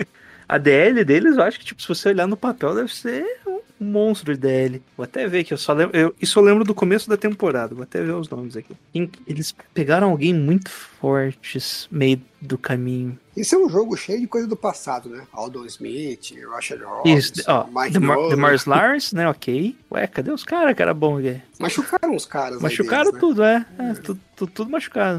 A DL deles, eu acho que, tipo, se você olhar no papel, deve ser um monstro de DL. Vou até ver aqui, isso eu lembro do começo da temporada. Vou até ver os nomes aqui. Eles pegaram alguém muito fortes meio do caminho. Isso é um jogo cheio de coisa do passado, né? Aldon Smith, Rashad Ross, Mike DeMarcus Lawrence, né? Ok. Ué, cadê os caras que era bom aqui? Machucaram os caras. Machucaram deles, tudo, né? Tudo machucado.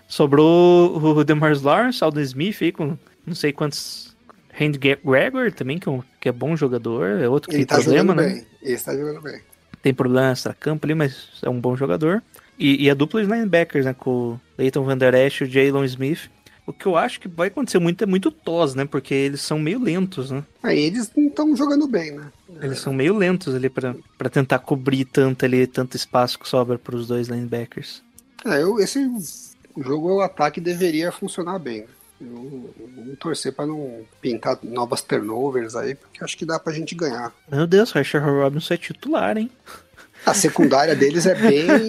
Sobrou o DeMarcus Lawrence, Aldon Smith aí com não sei quantos... Randy Gregory também, que é bom jogador, é outro que ele tem tá problema, né? Bem. Ele tá jogando bem. Tem problema extra-campo ali, mas é um bom jogador. E a dupla de linebackers, né? Com o Leighton Vander Esch e o Jalen Smith. O que eu acho que vai acontecer muito é muito tos, né? Porque eles são meio lentos, né? Aí eles não estão jogando bem, né? Eles são meio lentos ali pra tentar cobrir tanto espaço que sobra pros dois linebackers. Esse jogo, o ataque deveria funcionar bem, né? Vamos torcer pra não pintar novas turnovers aí, porque acho que dá pra gente ganhar. Meu Deus, o Rashard Robinson é titular, hein? A secundária deles é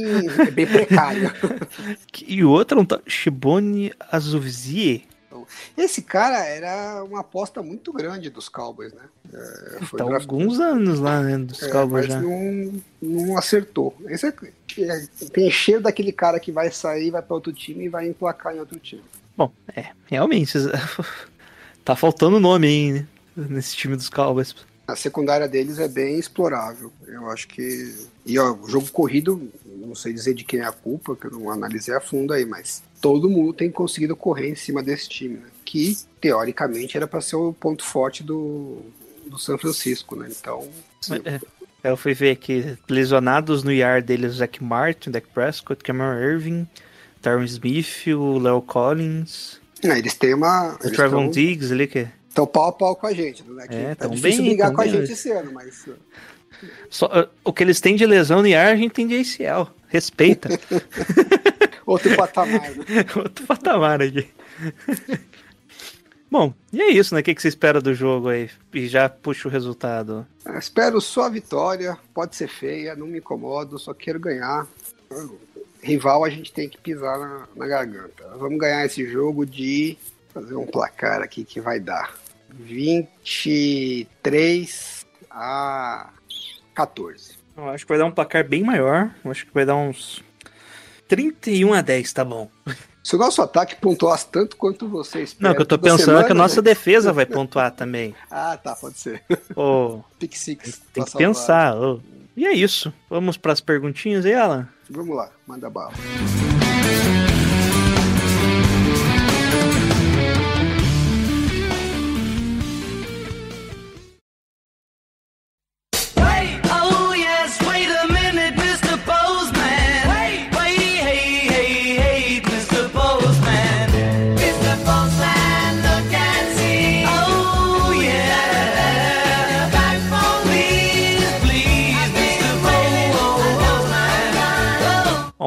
bem precária. E o outro é um Shibone Azuvizie. Esse cara era uma aposta muito grande dos Cowboys, né? Tá há alguns anos lá, né, dos Cowboys mas já. Não acertou. Esse tem cheiro daquele cara que vai sair, vai pra outro time e vai emplacar em outro time. Bom, realmente, tá faltando nome aí, né, nesse time dos Cowboys. A secundária deles é bem explorável. Eu acho que... E o jogo corrido, não sei dizer de quem é a culpa, que eu não analisei a fundo aí, mas todo mundo tem conseguido correr em cima desse time, né? Que, teoricamente, era para ser o ponto forte do São Francisco, né? Então... Eu fui ver aqui, lesionados no IR deles, o Zach Martin, o Dak Prescott, Cameron Irving, Tyron Smith, o Leo Collins... Eles têm uma... O Trevon Diggs ali, que... Estão pau a pau com a gente, né? Que tá difícil brigar com a gente esse ano, mas... O que eles têm de lesão no IR, a gente tem de ACL. Respeita. Outro patamar, né? Outro patamar aqui. Bom, e é isso, né? O que você espera do jogo aí? E já puxa o resultado. Espero só a vitória. Pode ser feia, não me incomodo, só quero ganhar. Rival a gente tem que pisar na garganta. Vamos ganhar esse jogo de... Fazer um placar aqui que vai dar 23-14. Eu acho que vai dar um placar bem maior. Eu acho que vai dar uns 31-10, tá bom. Se o nosso ataque pontuasse tanto quanto você espera... Não, que eu tô pensando é que a nossa defesa vai pontuar também. Ah, tá, pode ser. Pick six. Tem que pensar. E é isso. Vamos pras perguntinhas aí, Alan? Vamos lá, manda bala.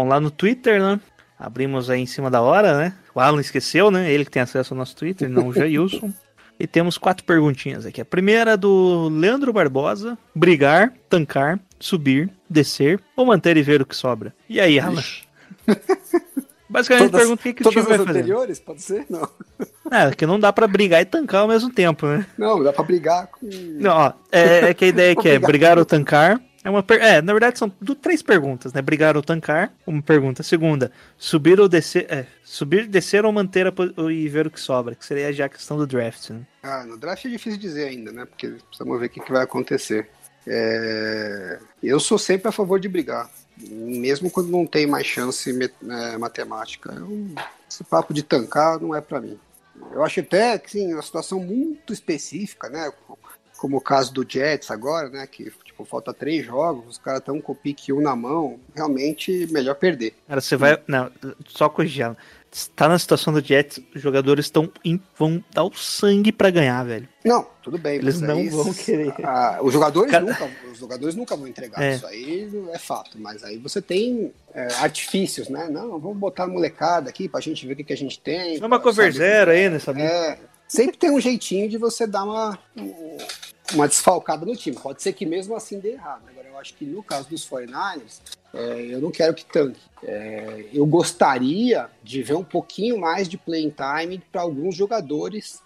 Bom, lá no Twitter, né? Abrimos aí em cima da hora, né? O Alan esqueceu, né? Ele que tem acesso ao nosso Twitter, não o Jailson. E temos 4 perguntinhas aqui. A primeira é do Leandro Barbosa. Brigar, tancar, subir, descer ou manter e ver o que sobra? E aí, Alan? Basicamente pergunta o que o time vai fazer. Anteriores, pode ser? Não. Que não dá pra brigar e tancar ao mesmo tempo, né? Não, dá pra brigar com... Não, ó, é que a ideia aqui é brigar ou tancar. Na verdade são 3 perguntas, né? Brigar ou tancar, uma pergunta. Segunda, subir ou descer, subir, descer ou manter e ver o que sobra, que seria já a questão do draft, né? No draft é difícil dizer ainda, né? Porque precisamos ver o que vai acontecer. Eu sou sempre a favor de brigar, mesmo quando não tem mais chance matemática. Esse papo de tancar não é pra mim. Eu acho até que, sim, uma situação muito específica, né? Como o caso do Jets agora, né? Que falta 3 jogos, os caras estão com o pique 1 na mão, realmente melhor perder. Cara, você vai... Não, só corrigindo. Tá na situação do Jets, os jogadores vão dar o sangue pra ganhar, velho. Não, tudo bem. Eles não vão querer. Os jogadores nunca vão entregar. Isso aí é fato. Mas aí você tem artifícios, né? Não, vamos botar a molecada aqui pra gente ver o que a gente tem. Uma cover zero aí, né? Sempre tem um jeitinho de você dar uma desfalcada no time. Pode ser que mesmo assim dê errado. Agora, eu acho que no caso dos 49ers, eu não quero que tanque. Eu gostaria de ver um pouquinho mais de playing time para alguns jogadores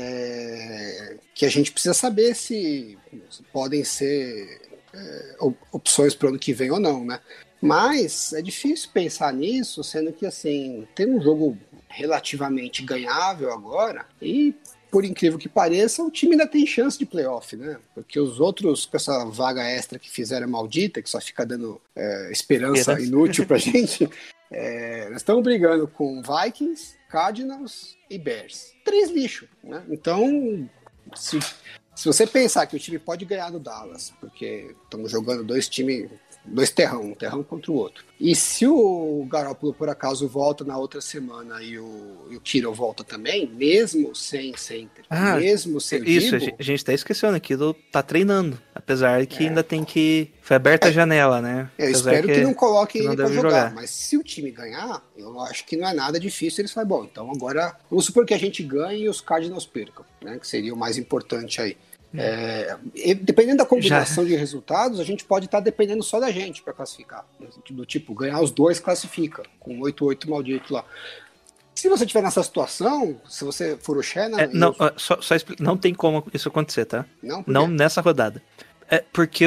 que a gente precisa saber se podem ser opções para o ano que vem ou não, né? Mas é difícil pensar nisso, sendo que, assim, tem um jogo relativamente ganhável agora e, por incrível que pareça, o time ainda tem chance de playoff, né? Porque os outros, com essa vaga extra que fizeram maldita, que só fica dando esperança inútil pra gente, nós estamos brigando com Vikings, Cardinals e Bears. 3 lixos, né? Então, se você pensar que o time pode ganhar do Dallas, porque estamos jogando 2 terrão, um terrão contra o outro. E se o Garoppolo, por acaso, volta na outra semana e o Kittle volta também, mesmo sem center, mesmo sem isso, Debo, a gente tá esquecendo aqui, tá treinando, apesar que ainda tem que... Foi aberta a janela, né? Eu espero que não coloquem ele pra jogar, mas se o time ganhar, eu acho que não é nada difícil eles falam, bom, então agora, vamos supor que a gente ganhe e os Cardinals percam, né? Que seria o mais importante aí. Dependendo da combinação de resultados, a gente pode estar dependendo só da gente para classificar. Do tipo, ganhar os 2 classifica, com 8-8 maldito lá. Se você estiver nessa situação, se você for o Shannon... não tem como isso acontecer, tá? Não nessa rodada. Porque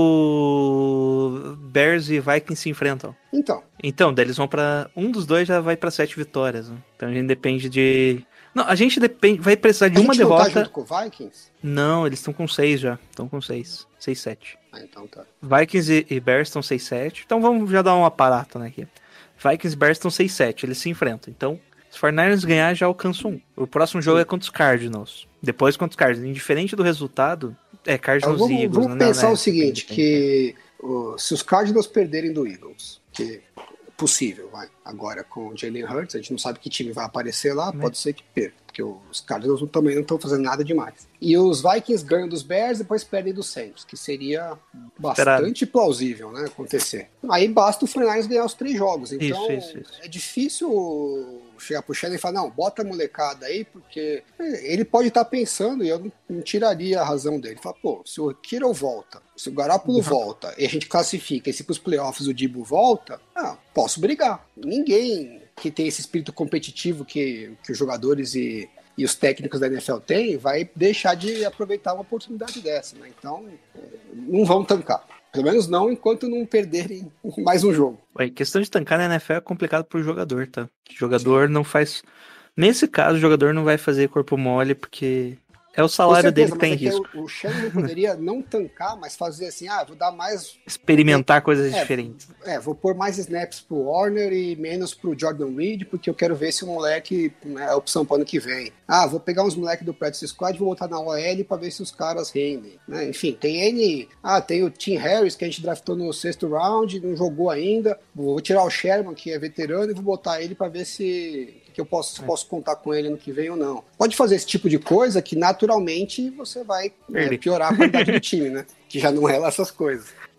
o Bears e Vikings se enfrentam. Então, daí eles vão pra... Um dos 2 já vai pra 7 vitórias. Né? Então a gente depende de... Não, a gente vai precisar de uma derrota. Não tá junto com o Vikings? Não, eles estão com 6 já. Estão com 6. 6-7. Então tá. Vikings e Bears estão 6-7. Então vamos já dar um aparato, né, aqui. Vikings e Bears estão 6-7. Eles se enfrentam. Então, se o 49ers ganhar, já alcançam 1. O próximo jogo é contra os Cardinals. Depois contra os Cardinals. Indiferente do resultado, Cardinals e Eagles. Vamos pensar o seguinte, que se os Cardinals perderem do Eagles, que possível, vai. Agora com o Jalen Hurts, a gente não sabe que time vai aparecer lá, pode ser que perca, porque os Cardinals também não estão fazendo nada demais. E os Vikings ganham dos Bears, depois perdem dos Saints, que seria bastante plausível, né, acontecer. Aí basta o 49ers ganhar os 3 jogos, então isso. É difícil chegar pro Shannon e falar, não, bota a molecada aí, porque ele pode estar pensando, e eu não tiraria a razão dele. Fala, pô, se o Kittle volta, se o Garoppolo volta, e a gente classifica, e se pros playoffs o Debo volta, posso brigar. Ninguém que tem esse espírito competitivo que os jogadores e os técnicos da NFL têm, vai deixar de aproveitar uma oportunidade dessa, né? Então, não vão tancar. Pelo menos não enquanto não perderem mais um jogo. Questão de tancar na NFL é complicado pro jogador, tá? O jogador não faz... Nesse caso, o jogador não vai fazer corpo mole, porque é o salário dele que tá em risco. O Shannon poderia não tancar, mas fazer assim, vou dar mais... Experimentar coisas diferentes. Vou pôr mais snaps pro Warner e menos pro Jordan Reed, porque eu quero ver se o moleque é a opção pro ano que vem. Vou pegar uns moleques do Practice Squad e vou botar na OL pra ver se os caras rendem. Né? Enfim, tem tem o Tim Harris, que a gente draftou no 6º round, não jogou ainda. Vou tirar o Sherman, que é veterano, e vou botar ele pra ver se eu posso contar com ele no que vem ou não. Pode fazer esse tipo de coisa que naturalmente você vai piorar a qualidade do time, né? Que já não é lá essas coisas.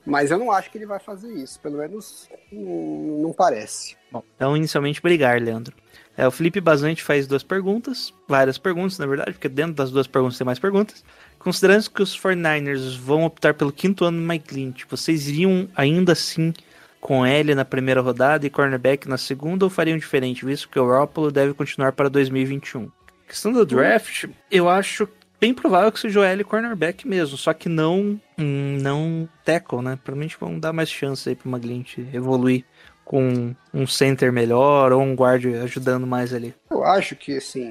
Mas eu não acho que ele vai fazer isso, pelo menos não parece. Bom, então inicialmente brigar, Leandro. O Felipe Bazante faz duas perguntas, várias perguntas, na verdade, porque dentro das duas perguntas tem mais perguntas. Considerando que os 49ers vão optar pelo quinto ano do Mike Lynch, vocês iriam ainda assim com L na primeira rodada e cornerback na segunda, ou fariam diferente, visto que o Garoppolo deve continuar para 2021? Questão do draft, eu acho bem provável que seja o L cornerback mesmo, só que não tackle, né? Provavelmente vão dar mais chance aí pro McGlinch evoluir com um center melhor ou um guard ajudando mais ali. Eu acho que, assim,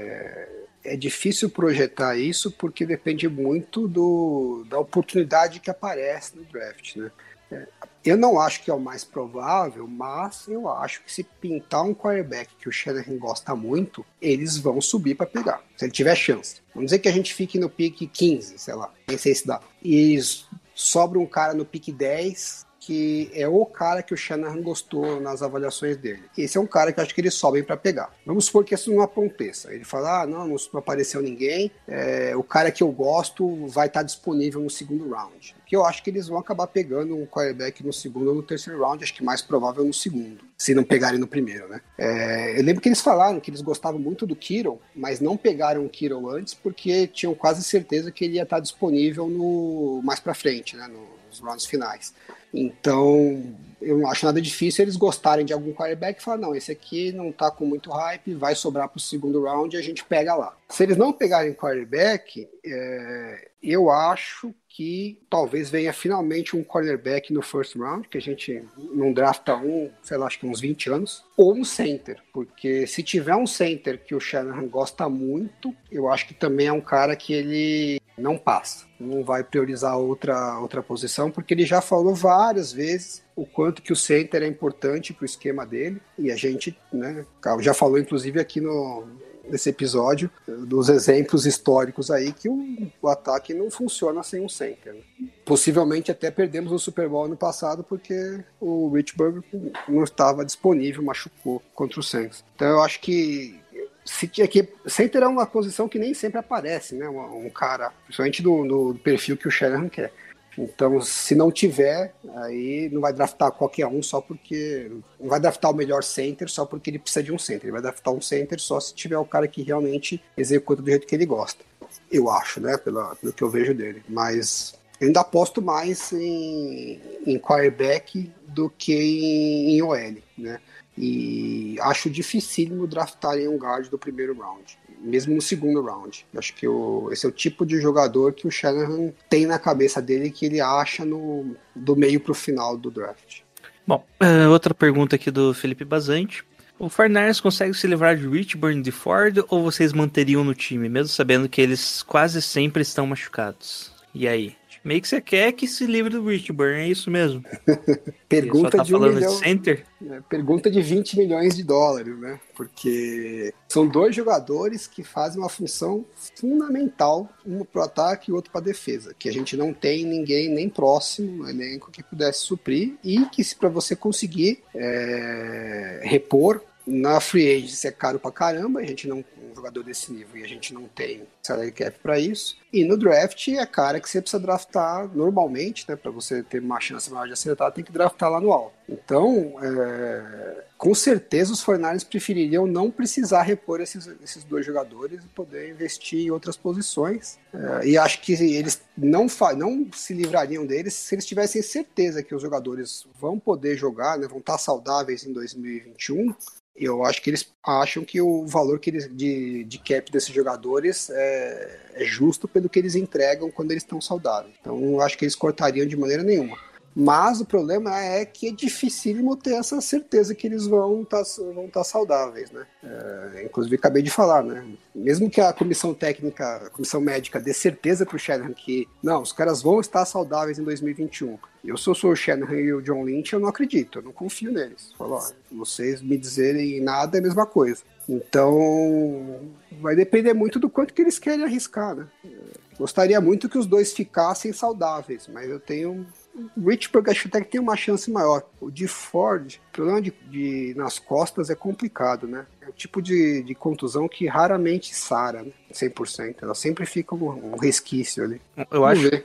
é difícil projetar isso porque depende muito da oportunidade que aparece no draft, né? Eu não acho que é o mais provável, mas eu acho que se pintar um quarterback que o Shanahan gosta muito, eles vão subir para pegar, se ele tiver chance. Vamos dizer que a gente fique no pick 15, sei lá, nem sei se dá. E sobra um cara no pick 10, que é o cara que o Shanahan gostou nas avaliações dele. Esse é um cara que eu acho que eles sobem para pegar. Vamos supor que isso não aconteça. Ele fala, não apareceu ninguém, o cara que eu gosto vai estar disponível no segundo round. Que eu acho que eles vão acabar pegando um quarterback no segundo ou no terceiro round, acho que mais provável no segundo, se não pegarem no primeiro, né? Eu lembro que eles falaram que eles gostavam muito do Kittle, mas não pegaram o Kittle antes porque tinham quase certeza que ele ia estar disponível mais para frente, né? Nos rounds finais. Então, eu não acho nada difícil eles gostarem de algum quarterback e falar, não, esse aqui não tá com muito hype, vai sobrar pro segundo round e a gente pega lá. Se eles não pegarem quarterback, eu acho que talvez venha finalmente um cornerback no first round, que a gente não drafta acho que uns 20 anos, ou um center, porque se tiver um center que o Shanahan gosta muito, eu acho que também é um cara que ele não passa, não vai priorizar outra posição, porque ele já falou várias vezes o quanto que o center é importante para o esquema dele, e a gente, né, já falou inclusive aqui nesse episódio dos exemplos históricos aí que o ataque não funciona sem um center, né? Possivelmente até perdemos o Super Bowl ano passado porque o Richburg não estava disponível, machucou contra o Saints. Então eu acho que center é uma posição que nem sempre aparece, né? Um cara, principalmente do perfil que o Shanahan quer. Então, se não tiver, aí não vai draftar qualquer um só porque... Não vai draftar o melhor center só porque ele precisa de um center. Ele vai draftar um center só se tiver o cara que realmente executa do jeito que ele gosta. Eu acho, né? Pelo que eu vejo dele. Mas eu ainda aposto mais em quarterback do que em OL, né? E acho dificílimo draftarem um guard do primeiro round, mesmo no segundo round. Acho que esse é o tipo de jogador que o Shanahan tem na cabeça dele, que ele acha do meio pro final do draft. Bom, outra pergunta aqui do Felipe Bazante. O 49ers consegue se livrar de Richburn e de Ford, ou vocês manteriam no time, mesmo sabendo que eles quase sempre estão machucados? E aí? Meio que você quer que se livre do Richburn, é isso mesmo? Pergunta tá de $1 milhão. De center? Pergunta de $20 milhões, né? Porque são dois jogadores que fazem uma função fundamental, um para o ataque e outro para a defesa, que a gente não tem ninguém nem próximo no elenco que pudesse suprir, e que se para você conseguir repor na free agency é caro pra caramba, a gente não, um jogador desse nível, e a gente não tem salary cap pra isso. E no draft é cara que você precisa draftar normalmente, né, pra você ter uma chance maior de acertar, tem que draftar lá no alto. Então, com certeza os 49ers prefeririam não precisar repor esses dois jogadores e poder investir em outras posições. E acho que eles não se livrariam deles se eles tivessem certeza que os jogadores vão poder jogar, né, vão estar saudáveis em 2021. Eu acho que eles acham que o valor de cap desses jogadores é justo pelo que eles entregam quando eles estão saudáveis. Então, eu acho que eles cortariam de maneira nenhuma. Mas o problema é que é dificílimo ter essa certeza que eles vão estar saudáveis, né? Inclusive, acabei de falar, né? Mesmo que a comissão médica dê certeza para o Shanahan que, não, os caras vão estar saudáveis em 2021. Se eu sou o Shanahan e o John Lynch, eu não acredito, eu não confio neles. Falo, vocês me dizerem nada é a mesma coisa. Então, vai depender muito do quanto que eles querem arriscar, né? Gostaria muito que os dois ficassem saudáveis, mas eu tenho... O Richburg acho até que tem uma chance maior. O de Ford, o problema nas costas é complicado, né? É o tipo de contusão que raramente sara, né? 100%. Ela sempre fica um resquício ali. Eu acho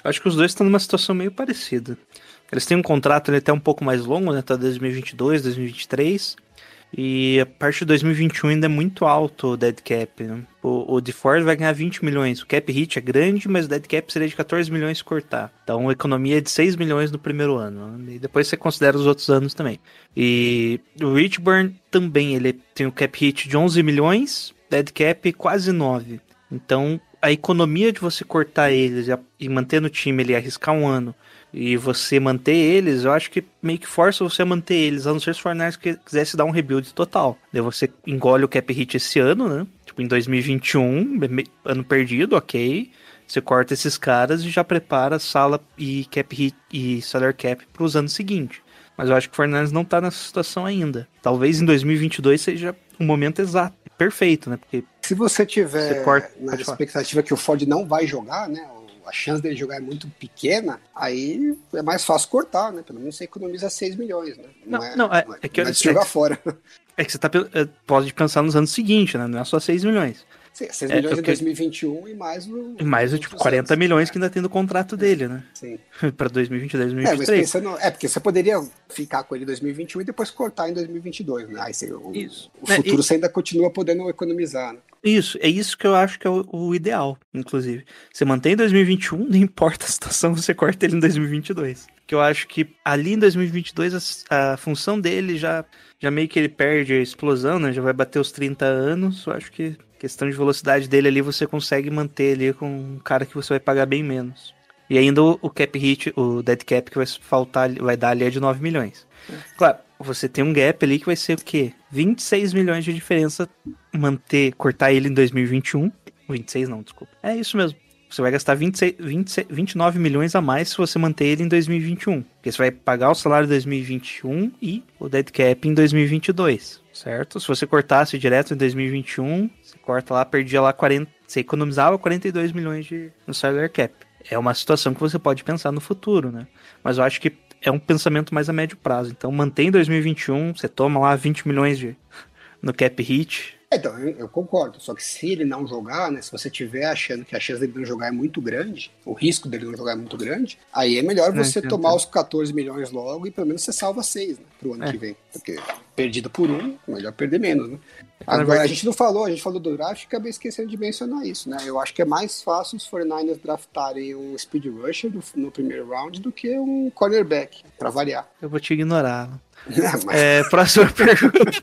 Eu acho que os dois estão numa situação meio parecida. Eles têm um contrato até um pouco mais longo, né? Tá 2022, 2023. E a parte de 2021 ainda é muito alto o dead cap, né? O DeFord vai ganhar 20 milhões. O cap hit é grande, mas o dead cap seria de 14 milhões se cortar. Então a economia é de 6 milhões no primeiro ano. E depois você considera os outros anos também. E o Richburn também, ele tem o cap hit de 11 milhões, dead cap quase 9. Então a economia de você cortar eles e manter no time, ele arriscar um ano, e você manter eles, eu acho que meio que força você a manter eles, a não ser se o Fortnite quisesse dar um rebuild total. Daí você engole o cap hit esse ano, né? Tipo, em 2021, ano perdido, ok. Você corta esses caras e já prepara sala e cap hit e salary cap para os anos seguintes. Mas eu acho que o Fortnite não tá nessa situação ainda. Talvez em 2022 seja o momento exato, perfeito, né? Porque se você tiver na pode falar. expectativa que o Ford não vai jogar, né? A chance dele jogar é muito pequena, aí é mais fácil cortar, né? Pelo menos você economiza 6 milhões, né? É que de jogar fora. É que você pode pensar nos anos seguintes, né? Não é só 6 milhões. Sim, 6 milhões em 2021 e mais o... E mais tipo 40 milhões que ainda tem no contrato dele, né? Sim. Pra 2022, Mas 2023. porque você poderia ficar com ele em 2021 e depois cortar em 2022, né? Aí Isso. o futuro você ainda continua podendo economizar, né? Isso, é isso que eu acho que é o ideal, inclusive. Você mantém em 2021, não importa a situação, você corta ele em 2022. Que eu acho que ali em 2022 a função dele já meio que ele perde a explosão, né? Já vai bater os 30 anos. Eu acho que a questão de velocidade dele ali você consegue manter ali com um cara que você vai pagar bem menos. E ainda o cap hit, o dead cap que vai dar ali é de 9 milhões. Claro, você tem um gap ali que vai ser o quê? 26 milhões de diferença cortar ele em 2021. 26 não, desculpa. É isso mesmo. Você vai gastar 29 milhões a mais se você manter ele em 2021. Porque você vai pagar o salário em 2021 e o dead cap em 2022, certo? Se você cortasse direto em 2021, você corta lá, perdia lá 40... Você economizava 42 milhões no salary cap. É uma situação que você pode pensar no futuro, né? Mas eu acho que é um pensamento mais a médio prazo. Então mantém em 2021, você toma lá 20 milhões no cap hit. Então, eu concordo. Só que se ele não jogar, né? Se você estiver achando que a chance dele não jogar é muito grande, o risco dele não jogar é muito grande, aí é melhor você tomar os 14 milhões logo e pelo menos você salva 6, né? Pro ano que vem. Porque perdido por um, melhor perder menos, né? Agora, a gente falou do draft e acabei esquecendo de mencionar isso, né? Eu acho que é mais fácil os 49ers draftarem um speed rusher no primeiro round do que um cornerback, pra variar. Eu vou te ignorar. Próxima pergunta.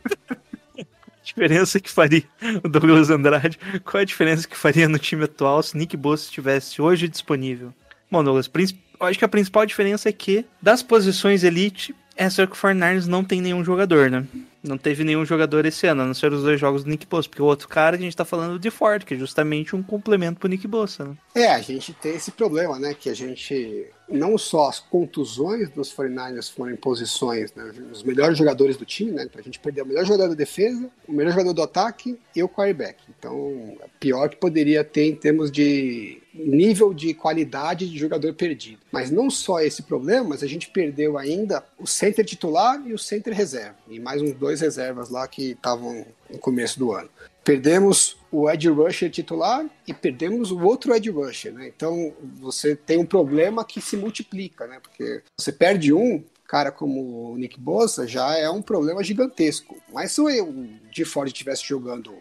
Diferença que faria o Douglas Andrade, qual é a diferença que faria no time atual se Nick Bosa estivesse hoje disponível? Bom, Douglas, eu acho que a principal diferença é que das posições elite, essa é que o 49ers não tem nenhum jogador, né? Não teve nenhum jogador esse ano, a não ser os 2 jogos do Nick Bosa, porque o outro cara que a gente tá falando de Ford, que é justamente um complemento pro Nick Bosa, né? A gente tem esse problema, né? Que a gente, não só as contusões dos 49ers foram em posições, né? Os melhores jogadores do time, né? Então a gente perdeu o melhor jogador da defesa, o melhor jogador do ataque e o quarterback. Então, é pior que poderia ter em termos de nível de qualidade de jogador perdido. Mas não só esse problema, mas a gente perdeu ainda o center titular e o center reserva. E mais uns 2 reservas lá que estavam no começo do ano. Perdemos o edge rusher titular e perdemos o outro edge rusher, né? Então você tem um problema que se multiplica, né? Porque você perde um cara como o Nick Bosa, já é um problema gigantesco. Mas se o DeFord estivesse jogando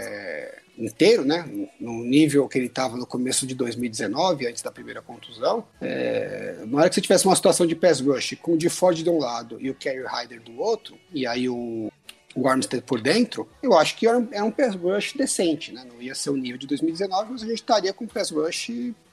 inteiro, né, no nível que ele estava no começo de 2019, antes da primeira contusão, na hora que você tivesse uma situação de pass rush com o DeFord de um lado e o Kerry Hyder do outro, e aí o Armstead por dentro, eu acho que era um pass rush decente, né? Não ia ser o nível de 2019, mas a gente estaria com um pass rush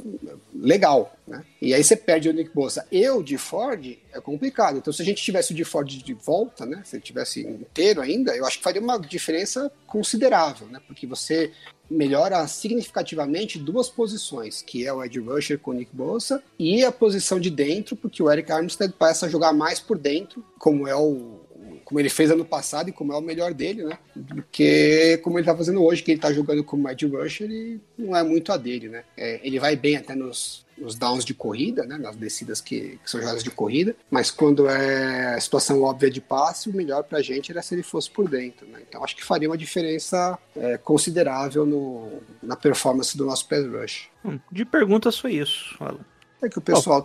legal, né? E aí você perde o Nick Bosa e o DeFord, é complicado. Então se a gente tivesse o DeFord de volta, né? Se ele tivesse inteiro ainda, eu acho que faria uma diferença considerável, né? Porque você melhora significativamente 2 posições, que é o edge rusher com o Nick Bosa e a posição de dentro, porque o Eric Armstead passa a jogar mais por dentro, como ele fez ano passado e como é o melhor dele, né? Porque como ele tá fazendo hoje, que ele tá jogando como edge rusher, e não é muito a dele, né? Ele vai bem até nos downs de corrida, né? Nas descidas que são jogadas de corrida, mas quando é a situação óbvia de passe, o melhor pra gente era se ele fosse por dentro, né? Então acho que faria uma diferença considerável na performance do nosso pass rush. De perguntas foi isso, Alan. É que o pessoal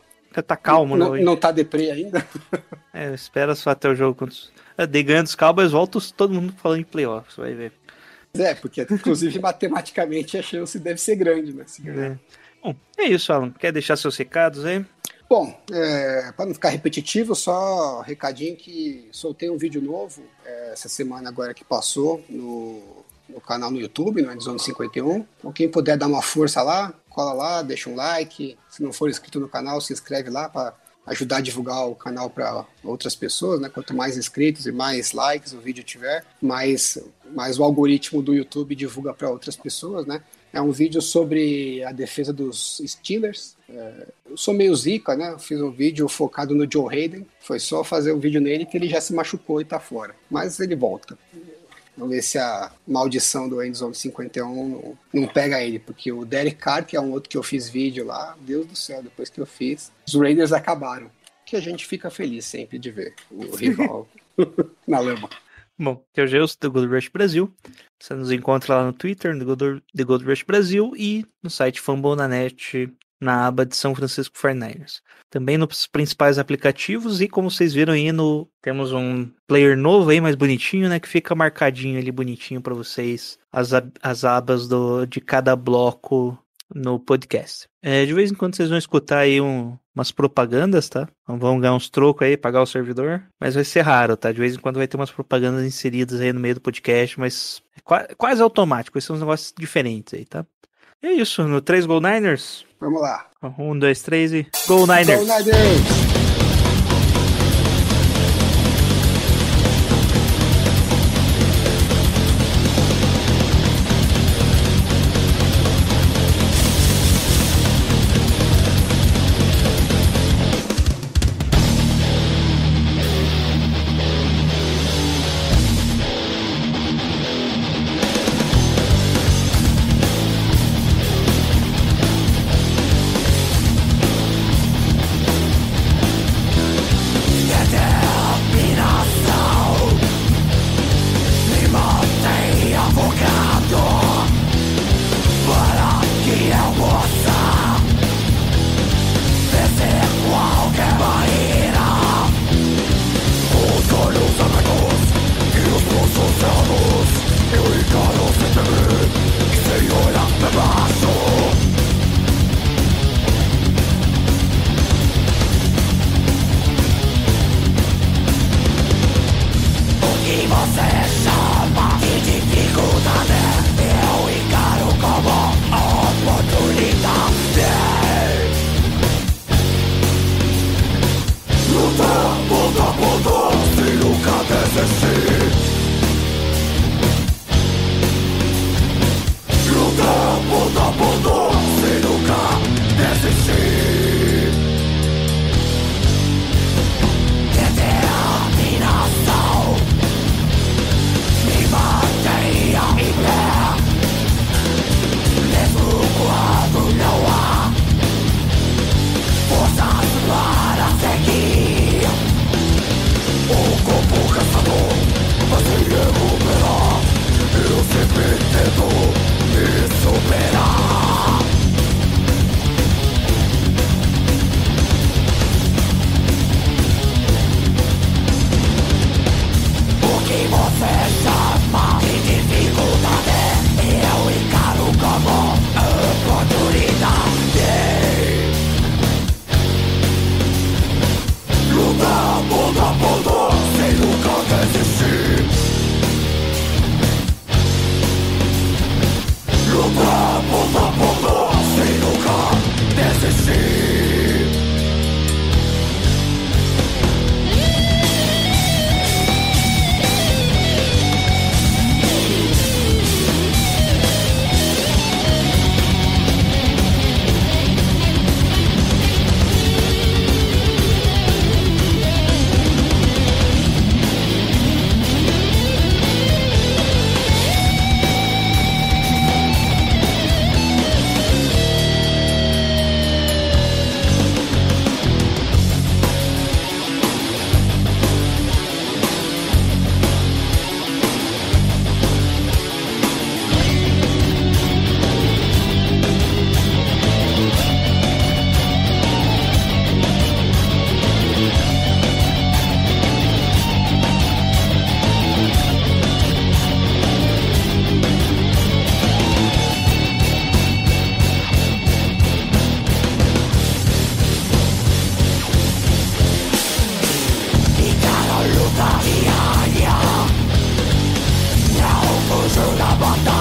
Tá calmo, né? Hoje. não tá deprê ainda. Espera só até o jogo. Daí ganhando os Cowboys, volta todo mundo falando em playoffs, vai ver. Porque inclusive matematicamente a chance deve ser grande, né? Se ganhar. Bom, é isso, Alan. Quer deixar seus recados aí? Bom, para não ficar repetitivo, só recadinho que soltei um vídeo novo essa semana agora que passou no canal no YouTube, no Endzone 51. Então quem puder dar uma força lá, cola lá, deixa um like. Se não for inscrito no canal, se inscreve lá para ajudar a divulgar o canal para outras pessoas, né? Quanto mais inscritos e mais likes o vídeo tiver, mais o algoritmo do YouTube divulga para outras pessoas, né? É um vídeo sobre a defesa dos Steelers. Eu sou meio zica, né? Eu fiz um vídeo focado no Joe Hayden. Foi só fazer um vídeo nele que ele já se machucou e tá fora. Mas ele volta. Vamos ver se a maldição do Endzone 51 não pega ele. Porque o Derek Carr, que é um outro que eu fiz vídeo lá, Deus do céu, depois que eu fiz, os Raiders acabaram. Que a gente fica feliz sempre de ver o rival na lama. Bom, que é o Geus do Gold Rush Brasil. Você nos encontra lá no Twitter, no The Gold Rush Brasil, e no site Fambonanet, na aba de São Francisco 49ers. Também nos principais aplicativos, e como vocês viram aí, temos um player novo aí, mais bonitinho, né? Que fica marcadinho ali, bonitinho para vocês, as abas de cada bloco no podcast. De vez em quando vocês vão escutar aí umas propagandas, tá? Vão ganhar uns trocos aí, pagar o servidor, mas vai ser raro, tá? De vez em quando vai ter umas propagandas inseridas aí no meio do podcast, mas é quase automático, esses são uns negócios diferentes aí, tá? E é isso, no 3 Go Niners. Vamos lá. 1, 2, 3 e Go Niners! Go Niners! O corpo caçador anjo da batalha.